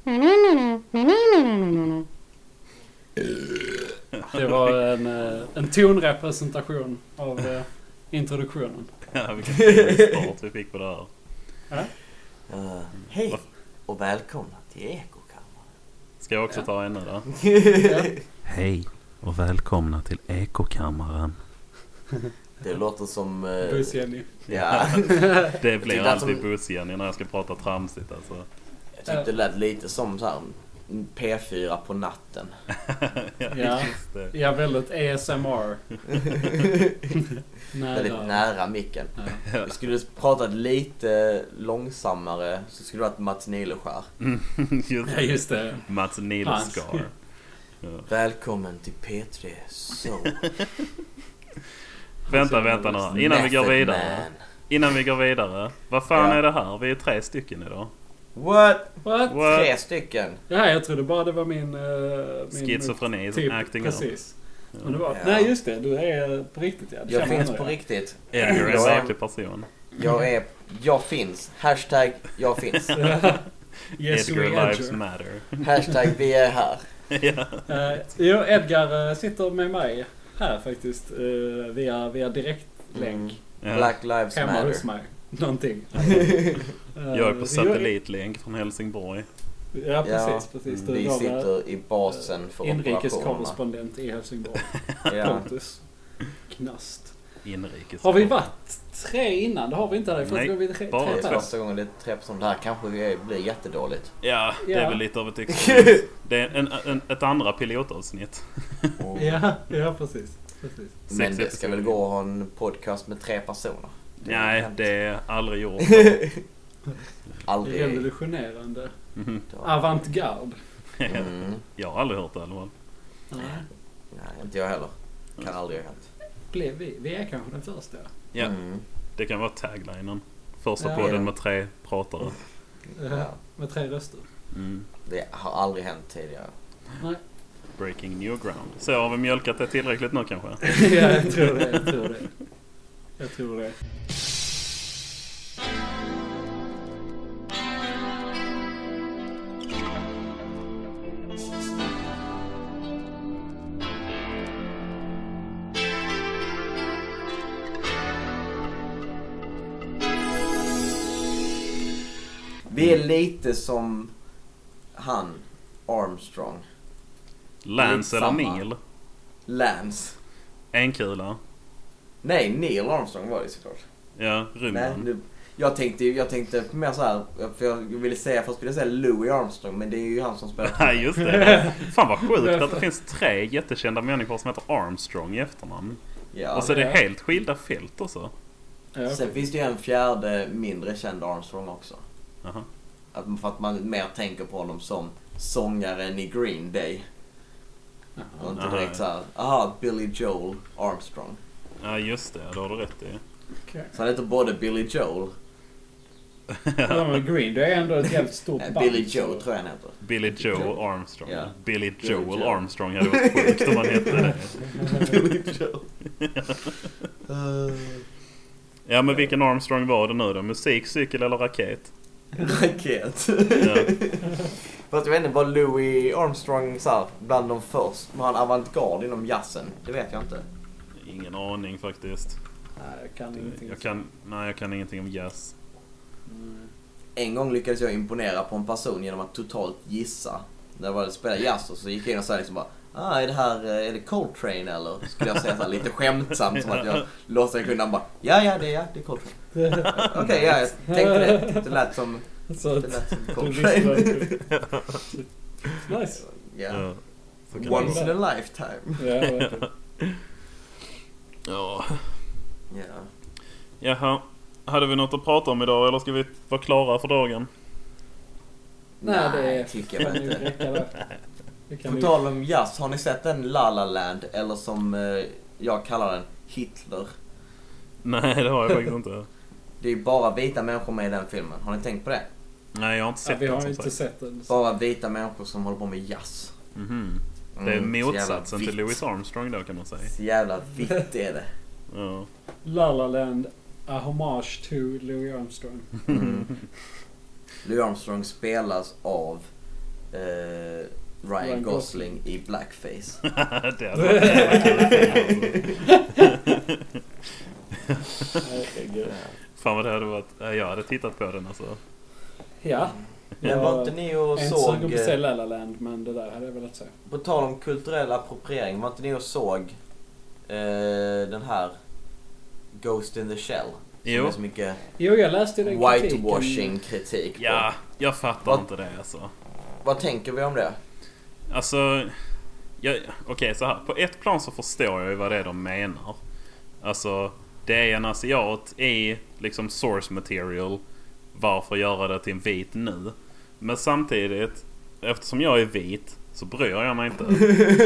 Det var en tonrepresentation av introduktionen. Ja, vilken start vi fick på det här. Hej och välkomna till Ekokammaren. Ska jag också ta en då? Hej och välkomna till Ekokammaren. Det låter som... Buss-Jenny. Ja. Det blir alltid som... Buss-Jenny när jag ska prata tramsigt alltså. Jag tyckte det lät lite som så här P4 på natten. Ja, väldigt ASMR. Väldigt nära micken. Vi skulle pratat lite långsammare så skulle det varit Mats Nileskär. Just det. Mats Nileskär. Välkommen till P3 så. Vänta nu. Innan vi går vidare. Vad fan är det här? Vi är 3 stycken idag. What? 3 stycken? Ja, jag trodde bara det var min schizofreni typ, acting precis. Men det var, nej just det, du är på riktigt. Jag finns på riktigt. Edgar är en verklig person. Jag finns. Hashtag jag finns. Yes, Edgar lives matter. Hashtag vi är här. Edgar sitter med mig här faktiskt via direktlänk. Black lives hemma matter. Hos mig. Någonting. Jag är på satellitlänk från Helsingborg. Ja, precis. Vi sitter i basen för inrikeskorrespondent i Helsingborg. Pontus. Knast. Inrikes. Har vi varit 3 innan? Det har vi inte. Nej, bara första gången det är 3 personer. Det här kanske blir jättedåligt. Ja, det är väl lite av ett experiment. Det är ett andra pilotavsnitt. Ja, precis. Men det ska väl gå att ha en podcast med 3 personer? Nej, det är aldrig gjort. Aldrig. Revolutionerande. Avantgarde. Jag har aldrig hört det i alla fall. Nej, inte jag heller. Kan aldrig ha hänt. Vi är kanske den första. Ja, det kan vara taglinen. Första podden med 3 pratare. Med 3 röster. Det har aldrig hänt tidigare. Nej. Breaking new ground. Så har vi mjölkat det tillräckligt nu kanske? Ja, jag tror det. Vi är lite som han Armstrong. Lance eller Neil? Lance. En kula. Nej, Neil Armstrong var det såklart. Ja, rymden. Jag tänkte mer så här, för jag ville säga Louis Armstrong, men det är ju han som spelar. Nej, just det. Fan vad sjukt att det finns 3 jättekända människor som heter Armstrong i efternamn. Ja, och så är det helt skilda fält också. Sen finns det ju en fjärde mindre känd Armstrong också. För att man mer tänker på honom som sångaren i Green Day. Och inte direkt såhär, Billy Joel Armstrong. Ja, just det. Det har du rätt i. Okay. Så han heter både Billy Joel. Green Day är ändå ett jävligt stort band. Billy Joe tror jag han heter. Billy Joel Armstrong. Ja. Billy Joel Armstrong hade varit sjukt om han hette det. Billy Joel. Ja, men vilken Armstrong var det nu då? Musik, cykel eller raket? Raket. Fast jag vet inte, var Louis Armstrong så här, bland de först? Var han avantgarde inom jazzen? Det vet jag inte. Ingen aning faktiskt. Nej, jag kan ingenting. Jag kan ingenting om jazz. En gång lyckades jag imponera på en person genom att totalt gissa. När jag spelade jazz och så gick jag in och sa liksom bara, är det Coltrane eller? Skulle jag säga så här, lite skämtsamt som att jag låtsades kunna bara, ja det är Coltrane. Okej, jag tänkte det. Det lät som Coltrane. Nice. Yeah. Once in a lifetime. Ja. Ja. Jaha. Hade vi något att prata om idag eller ska vi vara klara för dagen? Nej, det tycker jag inte. På tal om jazz, har ni sett den La La Land eller som jag kallar den Hitler? Nej, det har jag faktiskt inte. Det är bara vita människor med i den filmen. Har ni tänkt på det? Nej, jag har inte sett den. Vi har inte sett den. Bara vita människor som håller på med jazz. Det är motsatsen till Louis Armstrong då kan man säga. Så jävla vitt är det. Ja. La La Land, a homage to Louis Armstrong. Louis Armstrong spelas av Ryan Gosling i blackface. Det hade varit fan vad det hade varit. Jag hade tittat på den alltså. Ja. Men var inte ni och såg... Jag är inte La La Land, men det där hade jag velat säga. På tal om kulturell appropriering, var inte ni och såg den här Ghost in the Shell? Jo. Är så mycket jag läste den whitewashing-kritik. Ja, jag fattar inte det alltså. Vad tänker vi om det? Alltså, okej, så här. På ett plan så förstår jag ju vad det är de menar. Alltså, det är en asiat i liksom source material. Varför göra det till en vit nu? Men samtidigt, eftersom jag är vit, så bryr jag mig inte.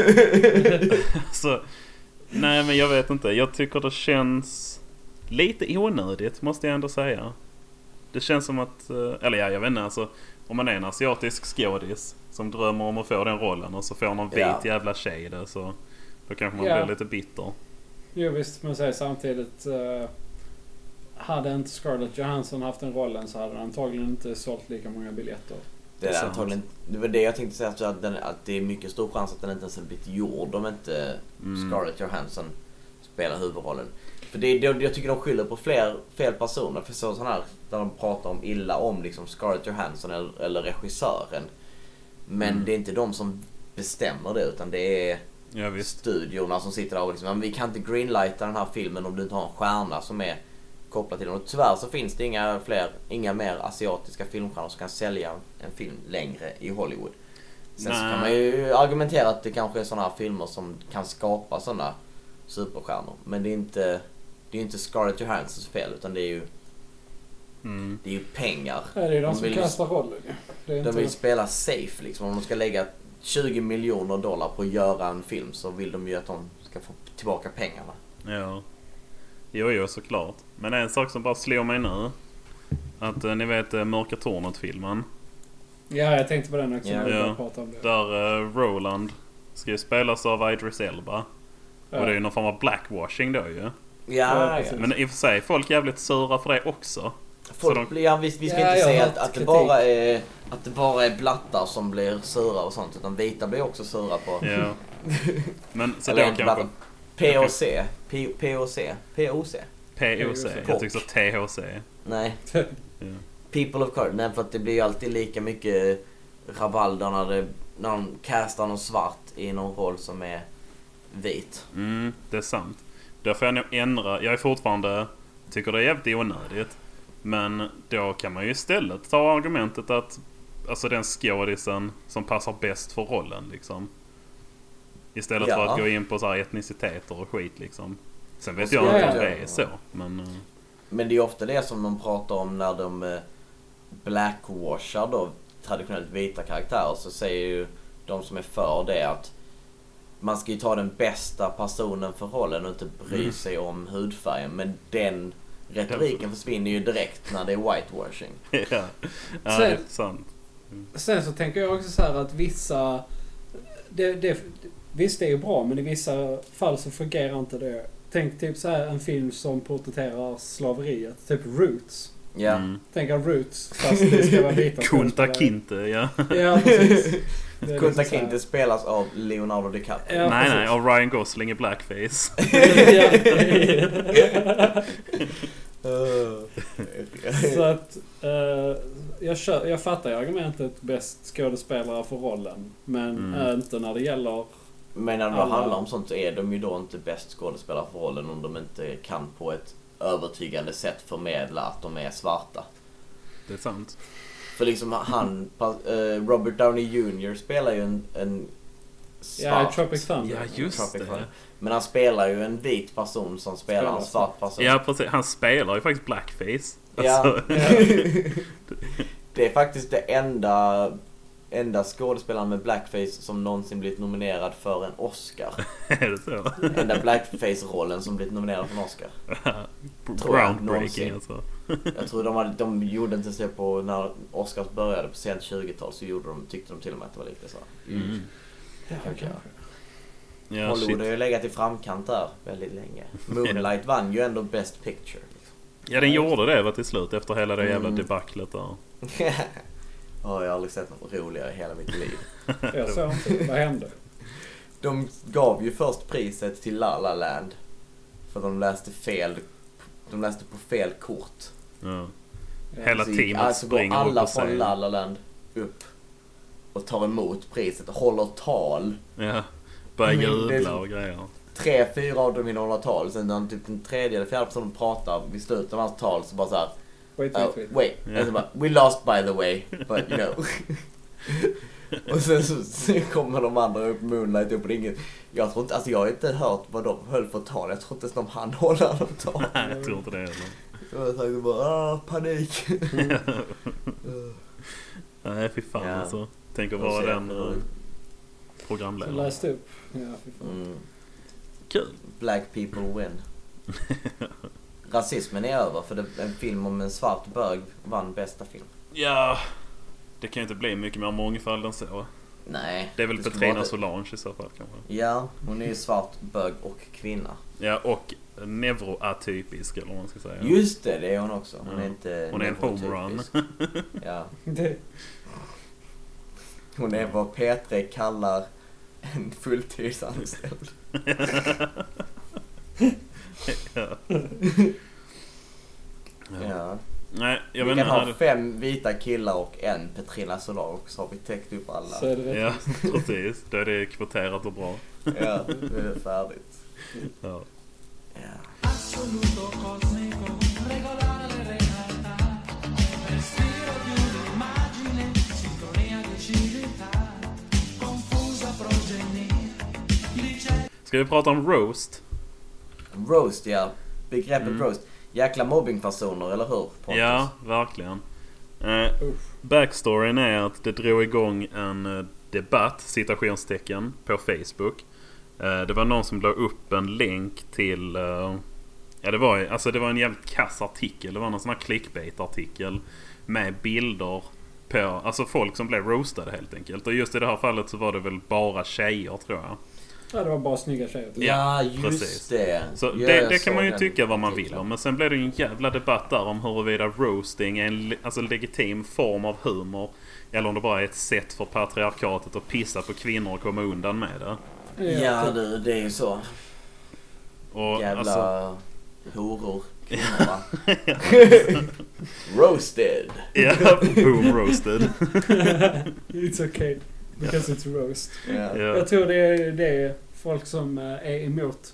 Så, nej men jag vet inte. Jag tycker det känns lite onödigt, måste jag ändå säga. Det känns som att, eller ja, jag vet inte, alltså, om man är en asiatisk skådis som drömmer om att få den rollen och så får någon vit jävla tjej det, så då kanske man blir lite bitter. Jo visst, men säger samtidigt, hade inte Scarlett Johansson haft den rollen så hade den antagligen inte sålt lika många biljetter. Det var det jag tänkte säga, att det är mycket stor chans att den inte ens hade blivit gjord om inte Scarlett Johansson spelar huvudrollen. För jag tycker de skyller på fel personer. För sådana här där de pratar om illa om liksom Scarlett Johansson eller regissören. Men det är inte de som bestämmer det, utan det är studiorna som sitter där och liksom, men vi kan inte greenlighta den här filmen om du inte har en stjärna som är kopplad till den. Och tyvärr så finns det inga mer asiatiska filmstjärnor som kan sälja en film längre i Hollywood. Sen så kan man ju argumentera att det kanske är sådana här filmer som kan skapa sådana superstjärnor. Men det är inte Scarlett Johanssons fel, utan det är ju pengar. Ja, det är de som kastar rollen. De vill spela safe liksom. Om de ska lägga $20 miljoner på att göra en film, så vill de ju att de ska få tillbaka pengarna. Ja. Jo, såklart. Men en sak som bara slår mig nu, att ni vet Mörka Tornet-filmen. Ja, jag tänkte på den också. Där Roland ska ju spelas av Idris Elba. Och det är ju någon form av blackwashing då ju. Ja. Men i och för sig, folk är jävligt sura för det också. Vi ska inte säga att det bara är blattar som blir sura och sånt, utan vita blir också sura på. Ja. Men så då kanske POC. Jag tycker så THC. Nej. People of color. Nej, för att det blir ju alltid lika mycket rabalder när de castar någon svart i någon roll som är vit. Det är sant. Då får jag nog ändra. Jag är fortfarande tycker det är jävligt onödigt. Men då kan man ju istället ta argumentet att alltså den skådisen som passar bäst för rollen liksom. Istället för att gå in på så här etniciteter och skit liksom. Sen vet jag inte om det är så. Men det är ofta det som de pratar om när de blackwashar då traditionellt vita karaktärer, så säger ju de som är för det att man ska ju ta den bästa personen för rollen och inte bry sig om hudfärgen. Men den retoriken försvinner ju direkt när det är whitewashing. Ja, det är sant. Sen så tänker jag också så här att vissa... Visst, det är ju bra, men i vissa fall så fungerar inte det. Tänk typ så här en film som porträtterar slaveriet. Typ Roots. Ja. Tänk av Roots, fast det ska vara vita. Kunta Kinte, ja. Ja, precis. Kunta Kinte spelas av Leonardo DiCaprio. Ja, nej, av Ryan Gosling i blackface. Så att jag fattar ju argumentet bäst skådespelare för rollen, men inte när det gäller. Men när det handlar om sånt så är de ju då inte bäst skådespelare för rollen om de inte kan på ett övertygande sätt förmedla att de är svarta. Det är sant. För liksom Robert Downey Jr. spelar ju en svart. Ja, Tropic Thunder. Ja, just det. Men han spelar ju en vit person som spelar en svart person. Ja, precis. Han spelar ju faktiskt blackface. Alltså. Ja. Det är faktiskt det enda skådespelaren med blackface som någonsin blivit nominerad för en Oscar. Är det så? Enda blackface-rollen som blivit nominerad för en Oscar. Groundbreaking alltså. Jag tror de gjorde inte så på när Oscars började på sent 20-tal, så tyckte de till och med att det var lite så. Hollywood har ju legat i framkant där väldigt länge. Moonlight vann ju ändå Best Picture. Liksom. Ja, den gjorde det till slut efter hela det jävla debaclet där. Jag har aldrig sett något roligare i hela mitt liv. Jag såg inte. Vad hände? De gav ju först priset till La La Land. För de läste fel. De läste på fel kort. Ja. Hela Så teamet alltså springer går alla upp på från scen. La La Land upp och tar emot priset och håller tal. Ja, börjar Det är jubla så- och grejer. 3-4 av dem hinner hålla tal. Sen när typ den tredje eller fjärde personen pratar vid slutet av hans tal så bara så här. Wait. Wait. Ja. Och så bara, we lost by the way, but you know. Och sen så kommer de andra upp, Moonlight upp och inget. Jag tror inte, alltså jag har inte hört vad de höll för tal. Jag tror inte ens de hann hålla något tal. Nej, jag tror inte det heller. Jag tänkte bara, panik. Nej, fy fan Ja. alltså. Tänk att Och vara sen- den Så programledaren. läste upp. Ja, fy fan. Kul. Black people win. Rasismen är över för en film om en svart bög vann bästa film. Ja, det kan ju inte bli mycket mer mångfald än så. Nej. Det är väl ska Petrina vara- Solange i så fall kanske. Ja, hon är ju svart bög och kvinna. Ja, och neuroatypisk eller vad man ska säga. Just det är hon också. Hon Ja. är inte Hon är en neurotypisk. homerun. Ja. Det, Hon är vad P3 kallar en fulltidsanställd. Ja. Ja. Nej, jag Vi vet kan inte. ha 5 vita killar och en Petrina Solange så har vi täckt upp alla. så är det rätt. Ja, precis. Då är det kvoterat och bra. Ja, nu är det färdigt. Ja. Ja. Assoluto cosmico, regolare realtà, respiro di un'immagine, sincronia di civiltà, confusa progenie, Ska vi prata om roast? Roast, ja. Begreppet roast. Jäkla mobbingpersoner, eller hur? Pontus? Ja, verkligen. Usch. Backstoryn är att det drog igång en debatt, citationstecken, på Facebook. Det var någon som la upp en länk till... Ja, det var en jävligt kass artikel. Det var någon sån här clickbait-artikel med bilder på... Alltså folk som blev roastade helt enkelt. Och just i det här fallet så var det väl bara tjejer, tror jag. Ja, det var bara snygga tjejer. Ja, just precis. det. Så Ja, det jag kan man ju såg tycka den vad man artikeln. vill om. Men sen blev det ju en jävla debatt där om huruvida roasting är en legitim form av humor. Eller om det bara är ett sätt för patriarkatet att pissa på kvinnor och komma undan med det. Ja, det är ju så. Och Jävla alltså, horor. Kvinnorna. Roasted. ja, boom roasted. It's okay. Because it's roast. Ja. Ja. Jag tror det är folk som är emot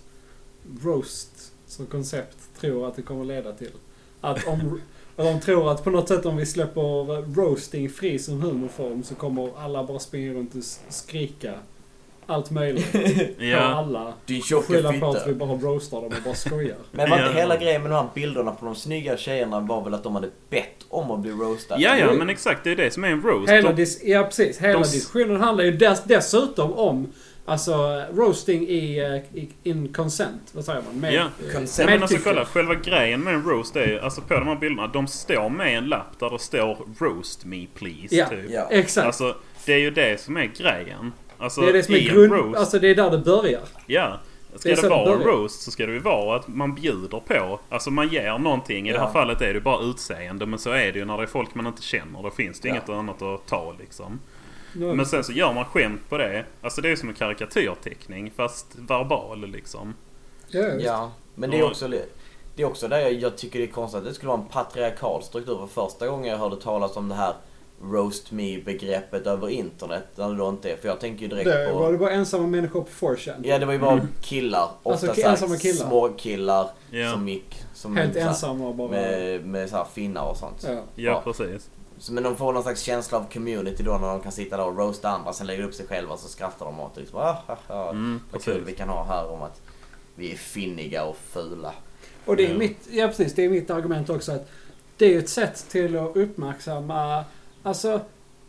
roast som koncept tror att det kommer leda till. Att om de tror att på något sätt om vi släpper roasting fri som humorform så kommer alla bara springa runt och skrika allt möjligt på Ja, alla. Din tjocka Skylla på att vi fitta. bara roastar dem och bara skojar. Men var inte Ja. hela grejen med de här bilderna på de snygga tjejerna var väl att de hade bett om att bli roastade? ja, men exakt. Det är det som är en roast. Hela precis. Hela de- diskussionen handlar ju dessutom om alltså roasting in consent. Vad säger man? Med, Ja. Consent. Men alltså tycker- kolla, själva grejen med en roast är ju, alltså på de här bilderna, de står med en lapp där det står roast me please, Ja. typ. Ja. Exakt. Alltså, det är ju det som är grejen. Alltså, det är det som är i en grund... roast, Alltså det är där det börjar. ja. det Ska är det så det vara en börjar. roast så ska det ju vara att man bjuder på. Alltså man ger någonting. I det här Ja. fallet är det bara utseende. Men så är det ju när det är folk man inte känner. Då finns det Ja. inget annat att ta liksom. Nu- Men sen så gör man skämt på det. Alltså det är ju som en karikatyrteckning fast verbal liksom. Ja, men det är också där jag tycker det är konstigt att det skulle vara en patriarkal struktur. För första gången jag hörde talas om det här roast me-begreppet över internet, när det då inte är, för jag tänker ju direkt Det på... var det bara ensamma människor på 4chan. Ja, det var ju bara killar. Alltså, Ofta ensamma killar. små killar Ja. som gick... Som Helt så här, ensamma och bara... med så här finnar och sånt. Ja. Ja, Ja. precis. Så, men de får någon slags känsla av community då när de kan sitta där och roasta andra, sen lägger upp sig själva och så skrattar de åt det. Liksom, vad kul vi kan ha här om att vi är finniga och fula. Och det är Ja. det är mitt argument också att det är ett sätt till att uppmärksamma, alltså,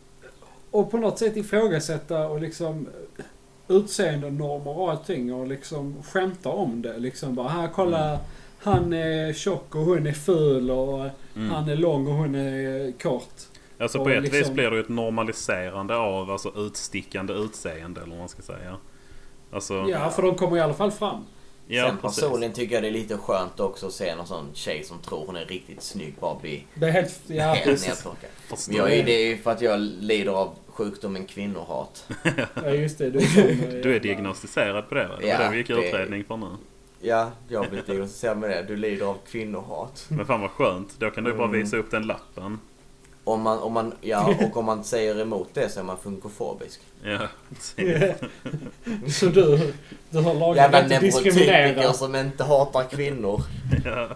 och på något sätt ifrågasätta och liksom utseendenormer och allting och liksom skämta om det. Liksom bara, här kolla, han är tjock och hon är ful och han är lång och hon är kort. Alltså Och på ett liksom- vis blir det ju ett normaliserande av alltså utstickande utseende eller vad man ska säga. Alltså, Ja, för de kommer i alla fall fram. Ja, Sen precis. personligen tycker jag det är lite skönt också att se någon sån tjej som tror hon är riktigt snygg bara bli Det är helt... Ja, helt precis. nedplockad. Förstår Men jag. det är ju för att jag lider av sjukdomen kvinnohat. Ja, just det. Du är, Du är diagnostiserad på det, va? Det var Ja, det vi gick i det- utredning för nu. Ja, jag har blivit diagnostiserad med det. Du lider av kvinnohat. Men fan vad skönt. Då kan du bara visa upp den lappen. Om man säger emot det så är man funkofobisk. Ja, precis. Så du har lagat Jävla att neurotypiker diskriminera. som inte hatar kvinnor. Ja,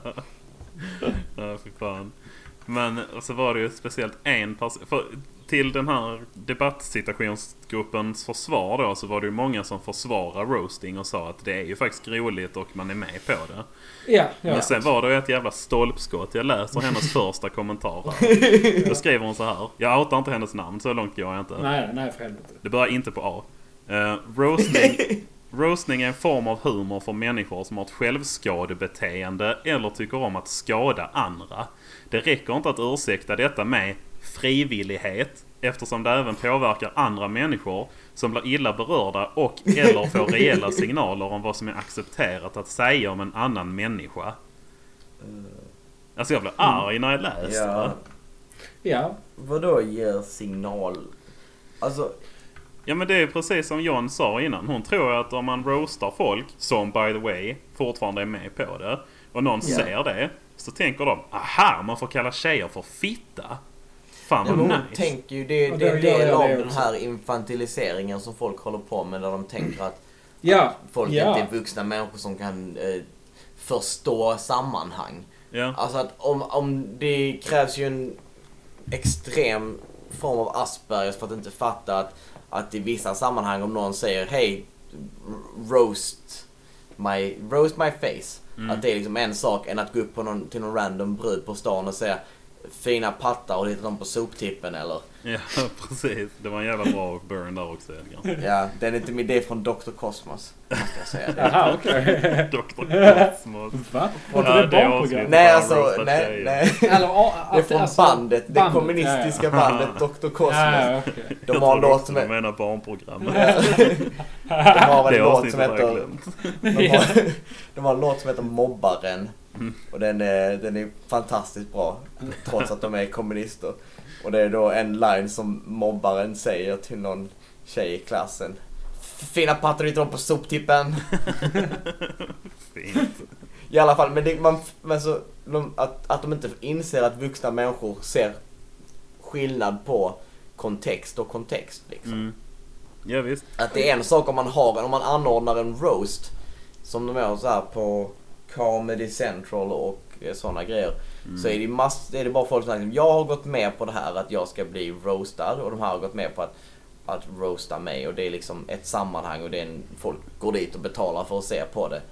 fy fan. Men så var det ju speciellt en person. Till den här debattsituationsgruppens försvar då, så var det ju många som försvarar roasting och sa att det är ju faktiskt roligt och man är med på det. Ja. Men sen var det ju ett jävla stolpskott. Jag läser hennes första kommentar här. Då skriver hon så här. Jag outar inte hennes namn, så långt går jag inte. Nej, för helvete. Det börjar inte på A. Roasting är en form av humor för människor som har ett självskadebeteende eller tycker om att skada andra. Det räcker inte att ursäkta detta med frivillighet, eftersom det även påverkar andra människor som blir illa berörda och eller får reella signaler om vad som är accepterat att säga om en annan människa. Alltså jag blev arg när jag läste. Ja. Ja. Vadå ger signal? Alltså, Ja, men det är precis som John sa innan. Hon tror att om man roastar folk, som by the way fortfarande är med på det, och någon ser det, så tänker de, aha, man får kalla tjejer för fitta. Fan vad hon nice. tänker ju, det är Ja, en då gör del jag av det den också. här infantiliseringen som folk håller på med, där de tänker att Ja. folk Ja. inte är vuxna människor som kan förstå sammanhang. Ja, Alltså att om det krävs ju en extrem form av Aspergers för att inte fatta att i vissa sammanhang om någon säger hej, roast my face, att det är liksom en sak än att gå upp på till någon random brud på stan och säga fina pattar och hitta dem på soptippen eller ja, precis. Det var en jävla bra burn där också, Edgar. ja, det är inte min idé från Dr. Cosmos, måste jag säga det. Jaha, okej. Dr. Cosmos. Va? Var Ja, det det barnprogram? avsnittet. Nej Bara alltså, roasta nej, tjejer. nej. Eller, Det är från bandet, det bandet, kommunistiska bandet Dr. Cosmos. Ja, okej. De Jag har en tror låt också som de är, menar barnprogram. de har Det en låt avsnittet som har jag heter glömt. de har en låt som heter Mobbaren. Och den är fantastiskt bra. Trots att de är kommunister. Och det är då en line som mobbaren säger till någon tjej i klassen. Fina pattar inte de på soptippen. Fint. I alla fall, men så, att de inte inser att vuxna människor ser skillnad på kontext och kontext liksom. Ja, visst. Att det är en sak om man anordnar en roast som de gör så här på Comedy Central och sådana grejer, så är det bara folk som säger jag har gått med på det här att jag ska bli roastad och de här har gått med på att roasta mig, och det är liksom ett sammanhang och folk går dit och betalar för att se på det.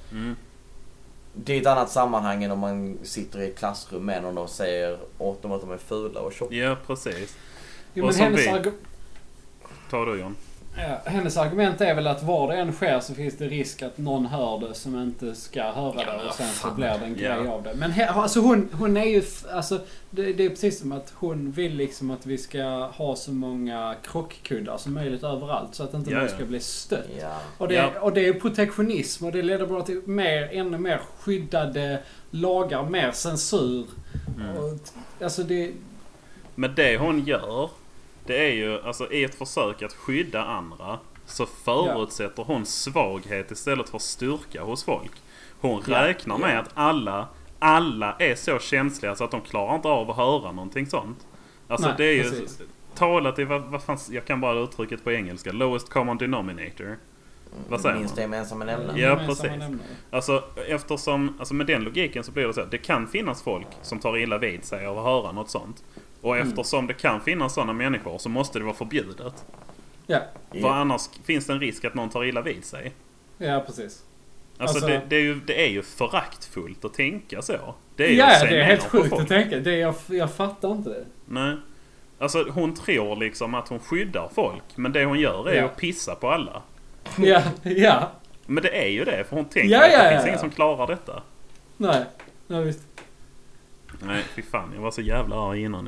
Det är ett annat sammanhang än om man sitter i ett klassrum med någon och säger åt dem att de är fula och tjocka. Ja, precis. Jo, Och men som hennes, vi- Ta du, John. hennes argument är väl att var det än sker så finns det risk att någon hör det som inte ska höra Ja, det, men och sen så fan. blir det en grej Ja. av det. Men alltså hon är ju... Alltså, det är precis som att hon vill liksom att vi ska ha så många krockkuddar som möjligt överallt så att inte Ja, någon ja. ska bli stött. Ja. Och det är protektionism, och det leder bara till ännu mer skyddade lagar, mer censur. Och, alltså det... Men det hon gör, det är ju alltså i ett försök att skydda andra, så förutsätter hon svaghet istället för styrka hos folk. Hon räknar med att alla är så känsliga så att de klarar inte av att höra någonting sånt. Alltså Nej, det är ju precis. talat i vad fan, jag kan bara uttrycket på engelska, lowest common denominator. Vad säger Minsta man? gemensamma nämnaren. Ja, gemensamma precis. nämnare. Alltså eftersom, alltså med den logiken så blir det så att det kan finnas folk som tar illa vid sig av att höra något sånt. Och eftersom det kan finnas sådana människor så måste det vara förbjudet. Ja, För annars finns det en risk att någon tar illa vid sig. ja precis. Alltså, Alltså- det är ju föraktfullt att tänka så. Det är ju Ja, att se det är ner helt på sjukt folk. att tänka. Jag fattar inte det. Nej. Alltså hon tror liksom att hon skyddar folk. Men det hon gör är ju Ja. att pissa på alla. Ja. Men det är ju det. För hon tänker Ja, att det ja, finns ja. ingen som klarar detta. Nej. Ja, visst. Nej, fy fan. Jag var så jävla arg innan idag.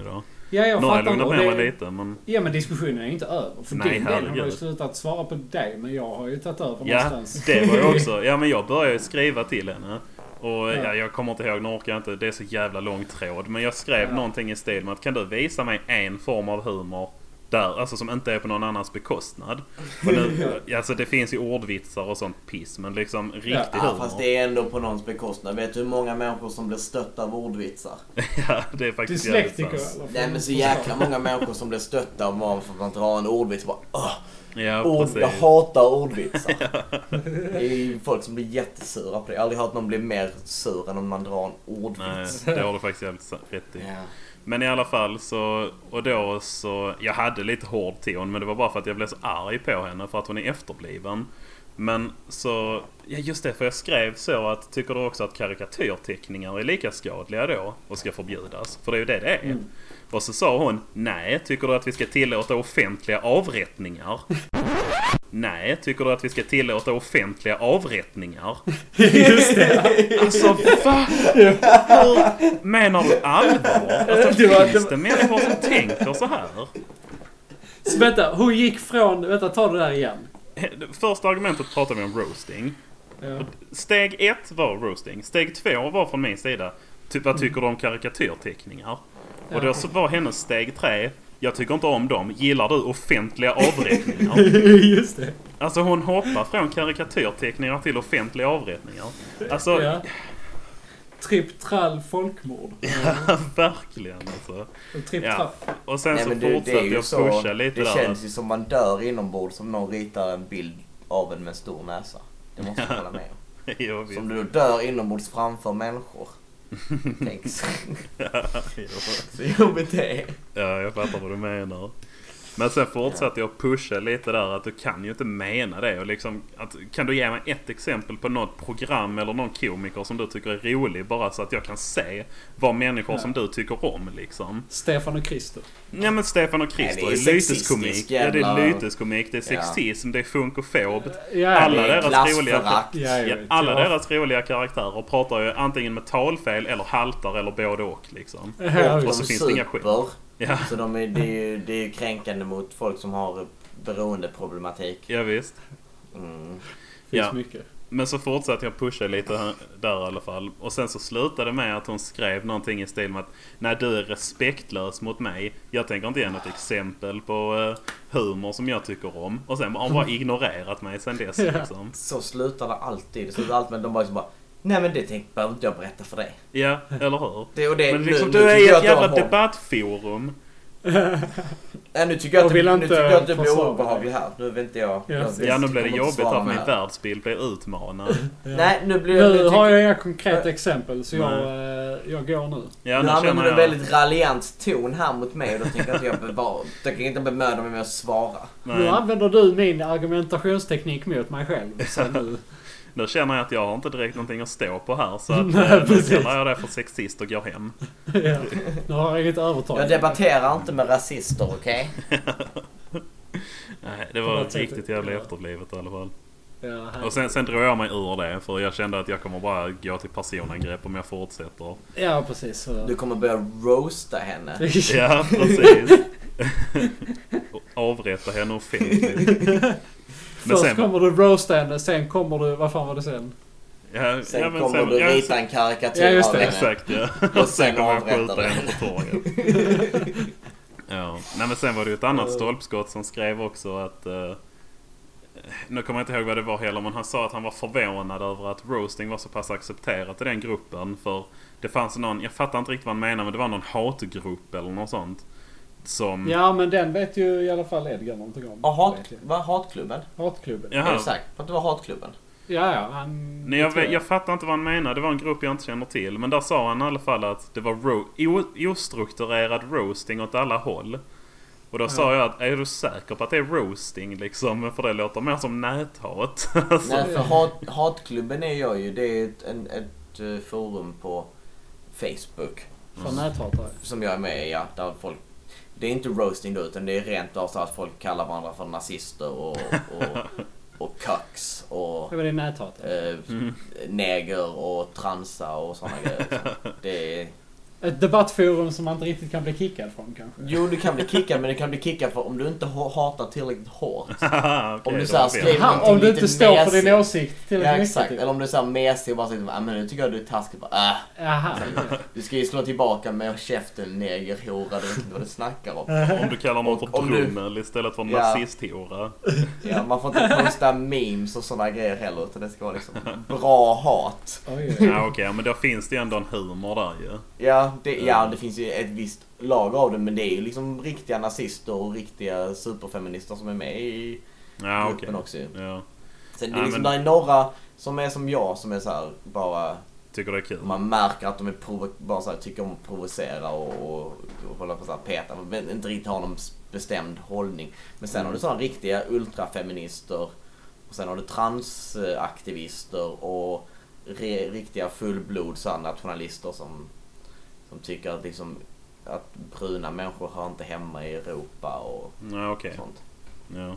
Ja, jag Nu har jag fattar. lugnat Och ner mig lite, men... Ja, men diskussionen är inte över. För Nej, din del har herregud. ju slutat svara på dig, men jag har ju tagit över Ja, någonstans. det var ju också... Ja, men jag började ju skriva till henne. Och Ja. jag kommer inte ihåg, nu orkar jag inte. Det är så jävla lång tråd. Men jag skrev någonting i stil med att kan du visa mig en form av humor där, alltså som inte är på någon annans bekostnad. Och nu, alltså det finns ju ordvitsar och sånt piss, men liksom riktig humor. Fast det är ändå på någons bekostnad. Vet du hur många människor som blir stötta av ordvitsar? Ja, det är faktiskt jävligt Dyslektiker sant. eller? Nej, men så jäkla många människor som blir stötta av någon för att man drar en ordvits. Bara, Ja, jag precis. hatar ordvitsar. Det är ju folk som blir jättesura på det. Jag har aldrig hört någon bli mer sur än om man drar en ordvits. Nej, det har du faktiskt jävligt rätt i. Ja. Men i alla fall så, och då så, jag hade lite hård ton, men det var bara för att jag blev så arg på henne för att hon är efterbliven. Men så, ja just det, för jag skrev så att, tycker du också att karikatyrteckningar är lika skadliga då och ska förbjudas? För det är ju det är. Och så sa hon, nej, tycker du att vi ska tillåta offentliga avrättningar? Nej, tycker du att vi ska tillåta offentliga avrättningar? Just det. Alltså, va? Hur menar du allvar? Alltså, finns det människor som tänker så här? Så vänta, hon gick från... Vänta, ta det där igen. Första argumentet pratade vi om roasting. Ja. Steg 1 var roasting. Steg 2 var från min sida. Vad tycker du om karikatyrteckningar? Och då så var hennes steg 3. Jag tycker inte om dem. Gillar du offentliga avrättningar? Just det. Alltså hon hoppar från karikatyrteckningar till offentliga avrättningar. Alltså, Ja. Tripp, trall, folkmord. ja, verkligen alltså. Tripp, Ja. trall. Och sen Nej, så men det är fortsatte ju jag så, pusha lite det där. känns ju som man dör inombords som någon ritar en bild av en med stor näsa. Det måste jag hålla med om. Jo, visst. Som du dör inombords framför människor. Tänk så. Ja, jo. Så jobbigt det är. Ja, jag fattar vad du menar. Men sen fortsatte jag pusha lite där att du kan ju inte mena det. Och liksom, att, kan du ge mig ett exempel på något program eller någon komiker som du tycker är rolig, bara så att jag kan se vad människor som du tycker om liksom. Stefan och Christer. Ja, men Stefan och Christer Nej, är det är lyteskomik. sexistisk Ja, det är jävla- lyteskomik, det är sexism, det är funkofob. Ja, Alla det är deras roliga... klassförakt. Ja, jag vet. Alla Ja. deras roliga karaktärer pratar ju antingen med talfel eller haltar eller både och liksom. Ja, Och visst. så De finns det inga skämt. super. Ja, Så det är ju kränkande mot folk som har beroendeproblematik. ja visst. Mm. Finns Ja. mycket. Men så fortsatte jag pusha lite där i alla fall. Och sen så slutade det med att hon skrev någonting i stil med att nej, du är respektlös mot mig. Jag tänker inte ge något exempel på humor som jag tycker om. Och sen har hon bara ignorerat mig sen dess liksom. Så slutar det alltid. Det slutar alltid med att de bara så bara nej, men det behöver inte jag berätta för dig. Ja, eller hur? Men liksom, nu du är tycker i jag ett att jävla du har- debattforum. Nej, nu tycker jag Och att vill nu inte tycker jag att du blir försvara obehaglig här. Nu vet inte jag. Ja. Ja, nu blir det kommer inte jobbigt svara att min här. världsbild blir utmanad. Nej, nu blir Nu jag... har jag inga konkreta exempel, så Nej. jag går nu. Ja, Nu nu använder känner du en jag... väldigt raljant ton här mot mig och då tänker jag att jag tänker inte bemöda mig med att svara. Nu Nej. använder du min argumentationsteknik mot mig själv. Så nu. Nu känner jag att jag har inte direkt någonting att stå på här. Så att, Nej, nu precis. kallar jag det för sexist och går hem. Ja. Nu har jag inget övertag. Jag debatterar inte med rasister, okej? Nej, det På var något sätt, riktigt jävla ja. efterblivet i alla fall. Ja, här. Och sen drog jag mig ur det, för jag kände att jag kommer bara gå till personangrepp om jag fortsätter. Ja, precis. Så. Du kommer börja roasta henne. Ja, precis. Och avrätta henne offentligt. Men Först sen, kommer du roasta henne, sen kommer du... Vad fan var det sen? ja, Sen ja, men kommer du ja, rita en karikatyr Ja, just av det. henne. Exakt, ja. Och sen kommer jag avrättar skjuta du henne på torget. Ja. Nej, men sen var det ju ett annat stolpskott som skrev också att... nu kommer jag inte ihåg vad det var heller, men han sa att han var förvånad över att roasting var så pass accepterat i den gruppen. För det fanns någon, jag fattar inte riktigt vad han menar, men det var någon hatgrupp eller något sånt. Som... Ja, men den vet ju i alla fall Edgar någonting om. Och Vet jag. vad hatklubben? Hatklubben. Jaha. Är det säkert på att det var hatklubben? Ja, han... Nej, jag fattar inte vad han menar. Det var en grupp jag inte känner till. Men där sa han i alla fall att det var ostrukturerad roasting åt alla håll. Och då sa jag att, är du säker på att det är roasting liksom? För det låter mer som näthat. Alltså. Nej, för hatklubben är jag ju. Det är ett forum på Facebook För näthatare. som jag är med i, ja, där folk... Det är inte roasting då, utan det är rent av så att folk kallar varandra för nazister och cucks och Det var det näthatare. neger och transa och sådana grejer. Det är Ett debattforum som man inte riktigt kan bli kickad från kanske. Jo, du kan bli kickad, men du kan bli kickad för om du inte hatar tillräckligt hårt. Haha, okej, Om du då så här vet jag. skriver någonting Om du inte lite står för mesigt. din åsikt Ja, tillräckligt mycket. exakt. typ. Eller om du är såhär mesig och bara säger men nu tycker jag du är taskig. Bara, Jaha. Du ska ju slå tillbaka med käften, negerhora, du vet inte vad du snackar om. Om du kallar någon för Om du- drummel istället för Ja. nazisthora. Ja, man får inte posta memes och sådana grejer heller, utan det ska vara liksom bra hat. Oj, Ja, okej, men då finns det ju ändå en humor där ju. Ja, det finns ju ett visst lag av det, men det är ju liksom riktiga nazister och riktiga superfeminister som är med i Ja, okej. gruppen också. Ja, Sen det Ja, är liksom, men- där är några som är som jag, som är så här bara... tycker det är kul. Man märker att de är bara så här, tycker om att provocera och hålla på så här peta, men inte riktigt har någon bestämd hållning. Men sen har du sådana riktiga ultrafeminister, och sen har du transaktivister och riktiga fullblods nationalister som tycker att liksom att bruna människor hör inte hemma i Europa och Ja, okej. sånt. Ja,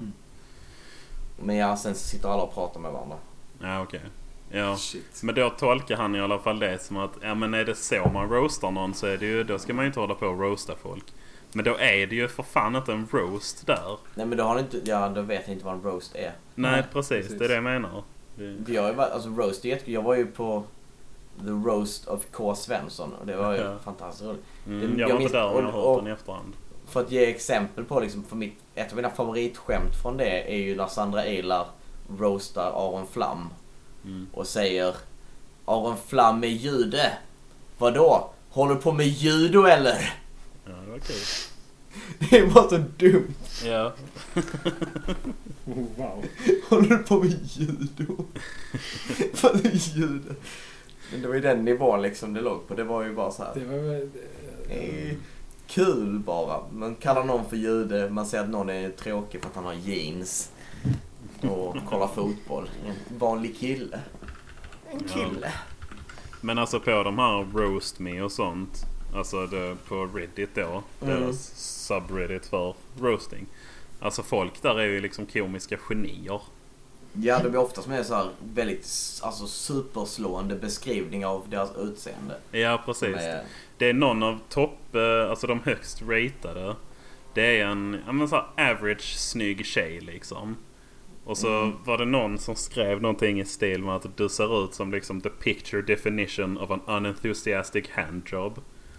Men ja, sen sitter alla och pratar med varandra. ja, okej. Ja. shit. Men då tolkar han i alla fall det som att ja, men är det så man roastar någon så är det ju, då ska man ju inte hålla på och roasta folk. Men då är det ju för fan inte en roast där. Nej, men då har inte, då vet jag inte vad en roast är. Nej, precis. Det är det jag menar. Jag har ju varit, alltså roast är jättekul. Jag var ju på The Roast of K. Svensson och det var ju Ja. fantastiskt roligt. Jag jag var minns- inte där, men jag har och- hört den i efterhand. För att ge exempel på liksom, ett av mina favoritskämt från det är ju när Sandra Eilar roastar Aron Flam och säger: Aron Flam är jude. Vadå? Håller du på med judo eller? Ja, det var kul. Det är bara så dumt. Ja. Oh, wow. Håller du på med judo? Vad är jude? Men det var ju den nivån liksom det låg på. Det var ju bara så här. Det var väl... Kul bara. Man kallar någon för jude. Man säger att någon är tråkig för att han har jeans och kollar fotboll. En vanlig kille. En kille. Men alltså på de här roast me och sånt, alltså det, på Reddit då, deras subreddit för roasting. Alltså folk där är ju liksom komiska genier. Ja, det blir oftast med så här väldigt alltså, superslående beskrivning av deras utseende. Ja, precis. Men, Det är någon av alltså de högst ratade. Det är en ja, men så här average snygg tjej liksom. Och så var det någon som skrev någonting i stil med att du ser ut som liksom the picture definition of an unenthusiastic handjob.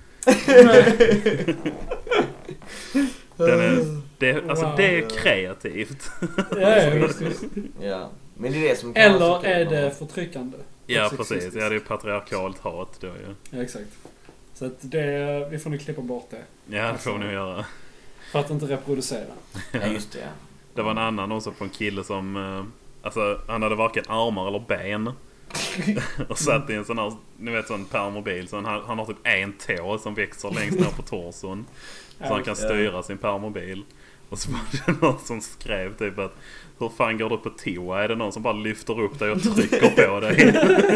Alltså Wow. det är kreativt. Ja, visst. ja. Men det är det som kan vara så Eller kul. är det förtryckande? Ja, Och precis. sexistiskt. Ja, det är patriarkalt hat då ju. Ja, exakt. Så att det, vi får nu klippa bort det. Ja, det får ni göra. För att inte reproducera. Ja, just det. Ja. Det var en annan också på en kille som alltså han hade varken armar eller ben. Och satt i en sån här, ni vet, sån permobil. Så han har typ en tå som växer längst ner på torson. Så han kan styra sin permobil. Och så var det någon som skrev typ att hur fan går du på toa? Är det någon som bara lyfter upp dig och trycker på dig?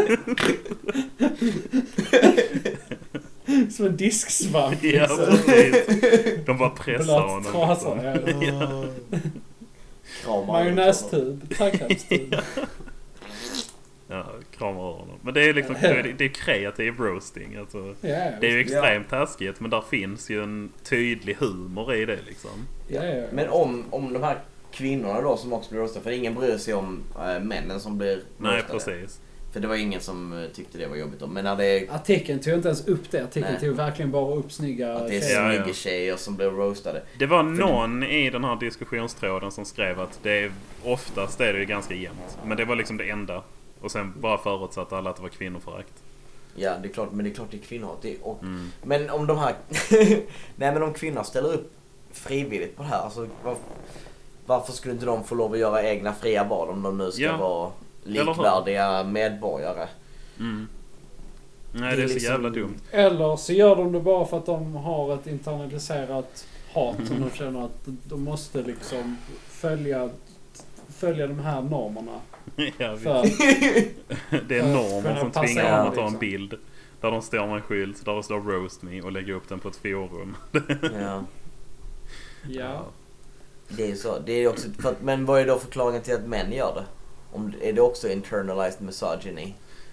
Som en disksvamp. Ja, precis. De bara pressar honom. Blöt trasa. liksom. Ja. Kramar. Majonnästub. Tackhantstub. Ja, kramar honom. Men det är liksom det är kreativ roasting. Alltså, Ja, det är ju extremt taskigt, men där finns ju en tydlig humor i det liksom. ja. Men om de här kvinnorna då som också blir roastade, för ingen bryr sig om männen som blir Nej, roastade. precis. För det var ingen som tyckte det var jobbigt då. Men när det är, Artikeln tog inte ens upp det. Artikeln Nej. tog verkligen bara upp snygga att det är tjejer. snygga tjejer som blir roastade. Det var någon i den här diskussionstråden som skrev att det är, oftast är det ju ganska jämnt. Men det var liksom det enda. Och sen bara förutsatte alla att det var kvinnoförakt. Ja, det är klart, men det är klart det är kvinnor. Men om de här... Nej, men om kvinnor ställer upp frivilligt på det här, alltså varför skulle inte de få lov att göra egna fria val om de nu ska vara likvärdiga medborgare? Nej, det är så liksom... jävla dumt. Eller så gör de det bara för att de har ett internaliserat hat som de känner att de måste liksom följa de här normerna. Ja, För, det är normer som passa tvingar in, dem att ta en liksom. bild där de står med en skylt där det står roast me och lägga upp den på ett forum. Ja, ja. det är så. Det är också, men vad är då förklaringen till att män gör det? Är det också internalized misogyny?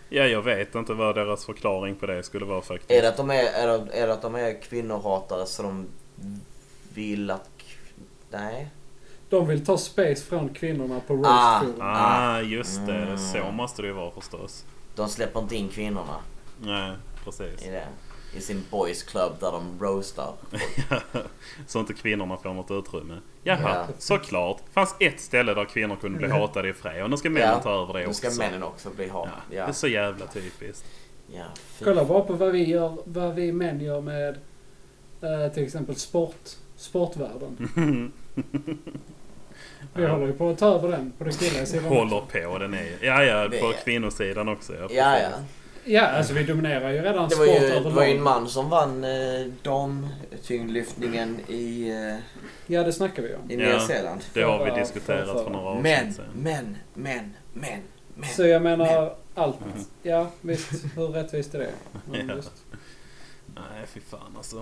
Ja, jag vet inte vad deras förklaring på det skulle vara faktiskt. Är det att de är kvinnohatare så de vill att... Nej. De vill ta space från kvinnorna på roastforum. Just det. Så måste det ju vara förstås. De släpper inte in kvinnorna Nej, precis. i sin boys club där de roastar. Så inte kvinnorna får något utrymme. Jaha, såklart. Det fanns ett ställe där kvinnor kunde bli hatade i fred. Och nu ska männen ta över det också. Nu ska männen också bli hatade. Ja, det är så jävla typiskt. Ja, kolla bara på vad vi män gör med till exempel sportvärlden. Vi håller ju på att ta över den på den killiga sidan. Håller på, den är på kvinnosidan också. Ja, alltså vi dominerar ju redan det sport det var ju en man som vann damtyngdlyftningen i... Ja, det snackar vi om. I Nya Zeeland. Det har vi diskuterat för några år sedan. Men. Så jag menar allt. Ja, visst. Hur rättvist är det? Men just. Nej, fy fan alltså.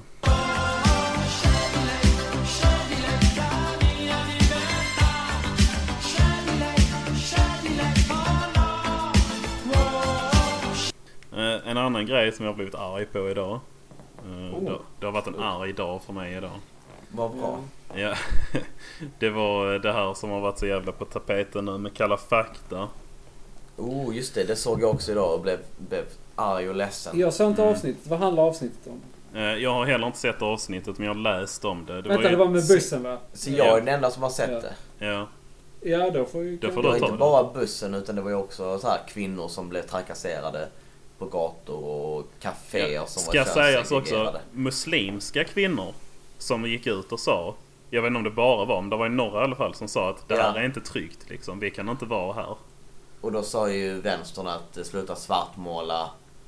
En annan grej som jag har blivit arg på idag. Det har varit en arg dag för mig idag. Vad bra. Ja, det var det här som har varit så jävla på tapeten nu med Kalla fakta. Just det. Det såg jag också idag och blev arg och ledsen. Jag såg inte avsnittet. Vad handlar avsnittet om? Jag har heller inte sett avsnittet, men jag har läst om det. Det var med bussen, va? Så jag är den enda som har sett det. Ja. Ja, då får ju... Det var inte bara bussen, utan det var ju också så här kvinnor som blev trakasserade på gator och kaféer som ska var sägas också, muslimska kvinnor som gick ut och sa, jag vet inte om det bara var, men det var ju några i alla fall som sa att det här är inte tryggt liksom, vi kan inte vara här. Och då sa ju vänstern att sluta svartmåla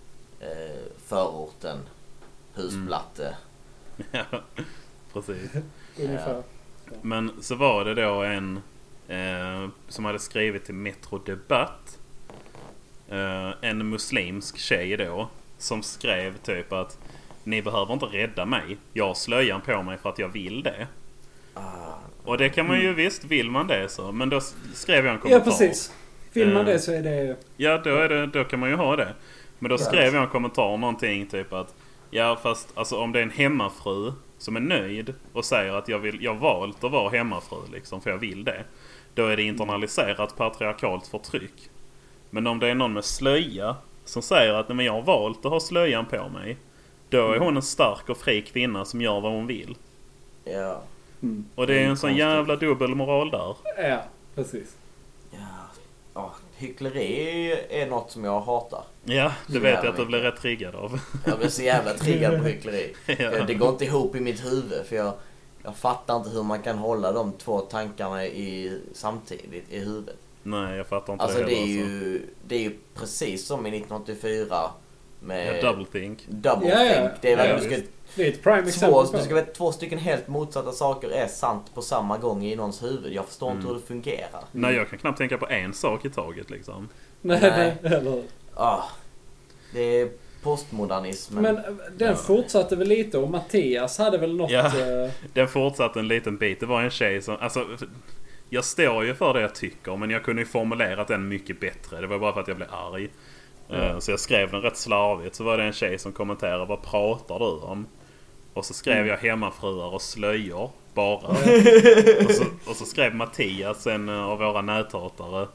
förorten, husplatte. Ja, precis. Ungefär. Men så var det då en som hade skrivit till Metro Debatt, en muslimsk tjej då, som skrev typ att ni behöver inte rädda mig, jag har slöjan på mig för att jag vill det. Och det kan man ju visst, vill man det så. Men då skrev jag en kommentar. Ja, precis. Vill man det så är det... Ja, då kan man ju ha det. Men då skrev jag en kommentar någonting typ att ja, fast alltså, om det är en hemmafru som är nöjd och säger att jag valt att vara hemmafru liksom, för jag vill det, då är det internaliserat patriarkalt förtryck. Men om det är någon med slöja som säger att nej, men jag har valt att ha slöjan på mig, då är hon en stark och fri kvinna som gör vad hon vill. Ja. Och det är en sån jävla dubbelmoral där. Ja, precis. Ja, hyckleri är något som jag hatar. Ja, det vet jag att du blir rätt triggad av. Jag blir så jävla triggad på hyckleri. Ja. Det går inte ihop i mitt huvud, för jag fattar inte hur man kan hålla de två tankarna samtidigt i huvudet. Nej, jag fattar inte alltså, det heller. Det är ju precis som i 1984 med Double think. Double think. Det är verkligen det är ett prime exempel. Du ska veta, två stycken helt motsatta saker är sant på samma gång i någons huvud. Jag förstår inte hur det fungerar. Nej, jag kan knappt tänka på en sak i taget liksom. Nej. Eller... det är postmodernismen. Men den fortsatte väl lite, och Mattias hade väl något... Ja, den fortsatte en liten bit. Det var en tjej som... Alltså, jag står ju för det jag tycker, men jag kunde ju formulerat den mycket bättre. Det var bara för att jag blev arg. Så jag skrev den rätt slarvigt. Så var det en tjej som kommenterade, vad pratar du om? Och så skrev jag hemmafruar och slöjor bara. och så skrev Mattias, en av våra näthatare.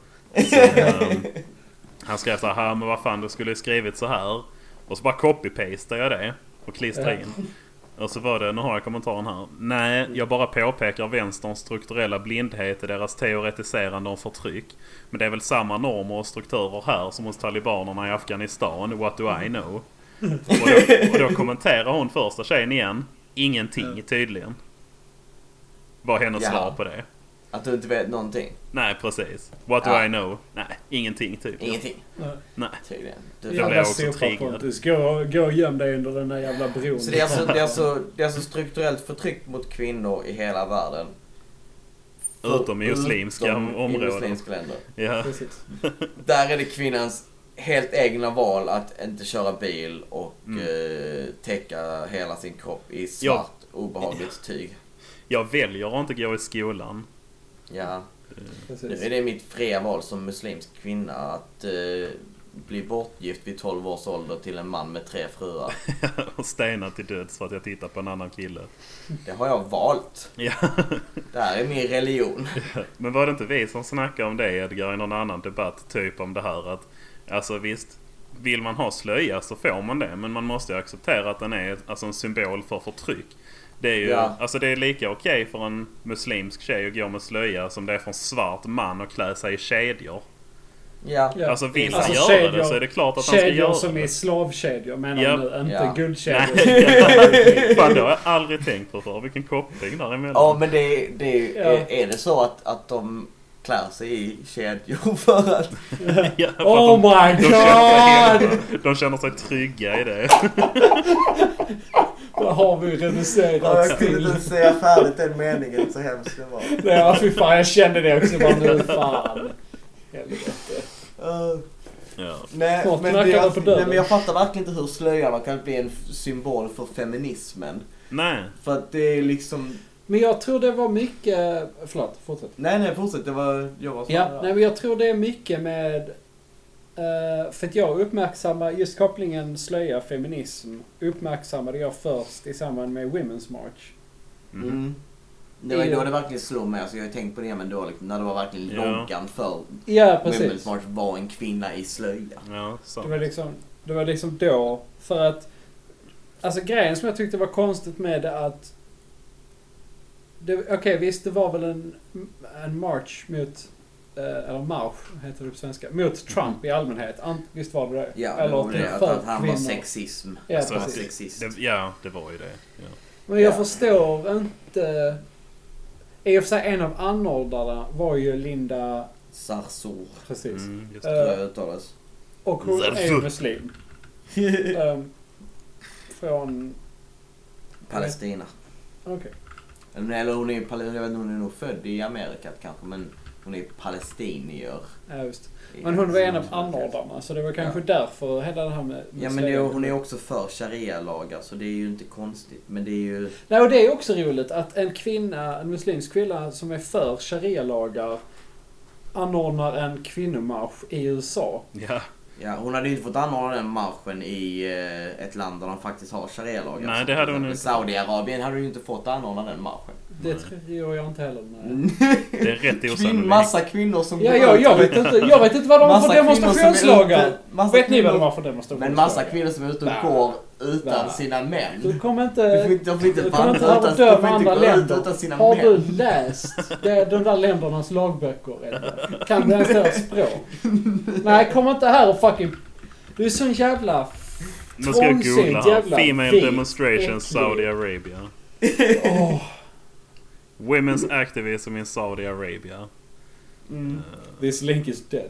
Han skrev så här, men vad fan, du skulle ju skrivit så här. Och så bara copy-pastade jag det och klistrade in. Och så var det, nu har jag kommentaren här. Nej, jag bara påpekar vänsterns strukturella blindhet i deras teoretiserande om förtryck. Men det är väl samma normer och strukturer här som hos talibanerna i Afghanistan. What do I know? Och då kommenterar hon första tjejen igen. Ingenting tydligen. Var hennes svar på det. Att du inte vet någonting. Nej, precis. What do I know? Nej, ingenting typ. Ingenting. Nej. Tydligen. Det blev också triggad. Gå och göm dig under den där jävla bron. Så det är alltså strukturellt förtryck mot kvinnor i hela världen. Utom i muslimska områden. I muslimska länder. Ja. Precis. Där är det kvinnans helt egna val att inte köra bil och täcka hela sin kropp i svart obehagligt tyg. Jag väljer att inte gå i skolan. Ja. Nu är det mitt fria val som muslimsk kvinna att bli bortgift vid 12 års ålder till en man med 3 fruar. Och stenad till döds för att jag tittar på en annan kille. Det har jag valt. Ja. Det här är min religion. Men var det inte vi som snackade om det, Edgar, i någon annan debatt typ om det här att alltså visst, vill man ha slöja så får man det, men man måste ju acceptera att den är alltså en symbol för förtryck. Det är ju, alltså det är lika okej för en muslimsk tjej att gå med slöja som det är för en svart man att klä sig i kedjor. Ja. Alltså vill Alltså, han göra kedjor- det så är det klart att han ska göra Kedjor som det. är slavkedjor menar Ja. du nu, inte Ja. guldkedjor. Nej, fan det har jag aldrig tänkt på för. Vilken koppling däremellan. Ja, men är det så att de klär sig i kedjor för att... Ja, för Oh att my god! de känner sig trygga i det. Vad har vi Ja, reducerat jag kunde till? inte säga färdigt den meningen, så hemskt det var. Ja, fy fan, jag kände det också bara nu. Fan. Helvete. Ja. Nej, Snart men knackar det på dörren. nej, men jag fattar verkligen inte hur slöjan kan bli en symbol för feminismen. Nej. För att det är liksom... Men jag tror det var mycket... Förlåt, fortsätt. Nej, fortsätt. Jag var så Ja, nej, men jag tror det är mycket med... för att jag uppmärksammar just kopplingen slöja-feminism uppmärksammade jag först i samband med Women's March. Mm. Det var ju då det verkligen slog mig. Alltså jag har ju tänkt på det, men då liksom, när det var verkligen loggan för Ja, precis. Women's March var en kvinna i slöja. Ja, sant. Det var liksom då, för att... Alltså grejen som jag tyckte var konstigt med det att... Okej, visst det var väl en march mot... eller marsch heter det på svenska. Mot Trump i allmänhet. Visst var det det? Ja, det eller var det. för Att han var kvinnor. sexism. Ja, Alltså, precis. sexist. Det var ju det. Ja. Men jag förstår inte... I och för sig en av anordnarna var ju Linda... Sarsour. Precis. Just Tror jag uttalas. Och hon är ju Zarfur. muslim. Från... Palestina. Okej. Eller hon är jag vet inte, hon är nog född i Amerika kanske, men hon är palestinier. Ja, just. Men hon var en av anordnarna, så det var kanske därför hela det här med Ja, men hon är också för sharia-lagar, så det är ju inte konstigt. Men det är ju... Nej, och det är också roligt att en muslimsk kvinna som är för sharia-lagar anordnar en kvinnomarsch i USA. Ja. Ja, hon hade ju inte fått anordna den marschen i ett land där de faktiskt har sharia-lagar. Nej, det hade hon inte. Saudiarabien hade ju inte fått anordna den marschen. Det tror jag inte heller. Nej. Det är rätt osannolikt. Massa kvinnor som Ja, går ut. jag vet inte vad de har för Massa kvinnor som är demonstrationslagar. ute- massa Vet ni vad kvinnor- de har för demonstrationslagar? Men massa kvinnor som är ute och Nej. går utan Nej. sina män. Du kommer De inte... får inte Du kommer inte vandra ha utan, dö de får med inte andra gå ut länder. utan sina Har män. du läst de där ländernas lagböcker? Eller? Kan du ens deras språk? Nej, kom inte här och fucking... Du är sån jävla... Nu ska jag googla trångsynt här. jävla Female vit, demonstrations äcklig. Saudi Arabia. Åh, Women's activism in Saudi Arabia. this link is dead.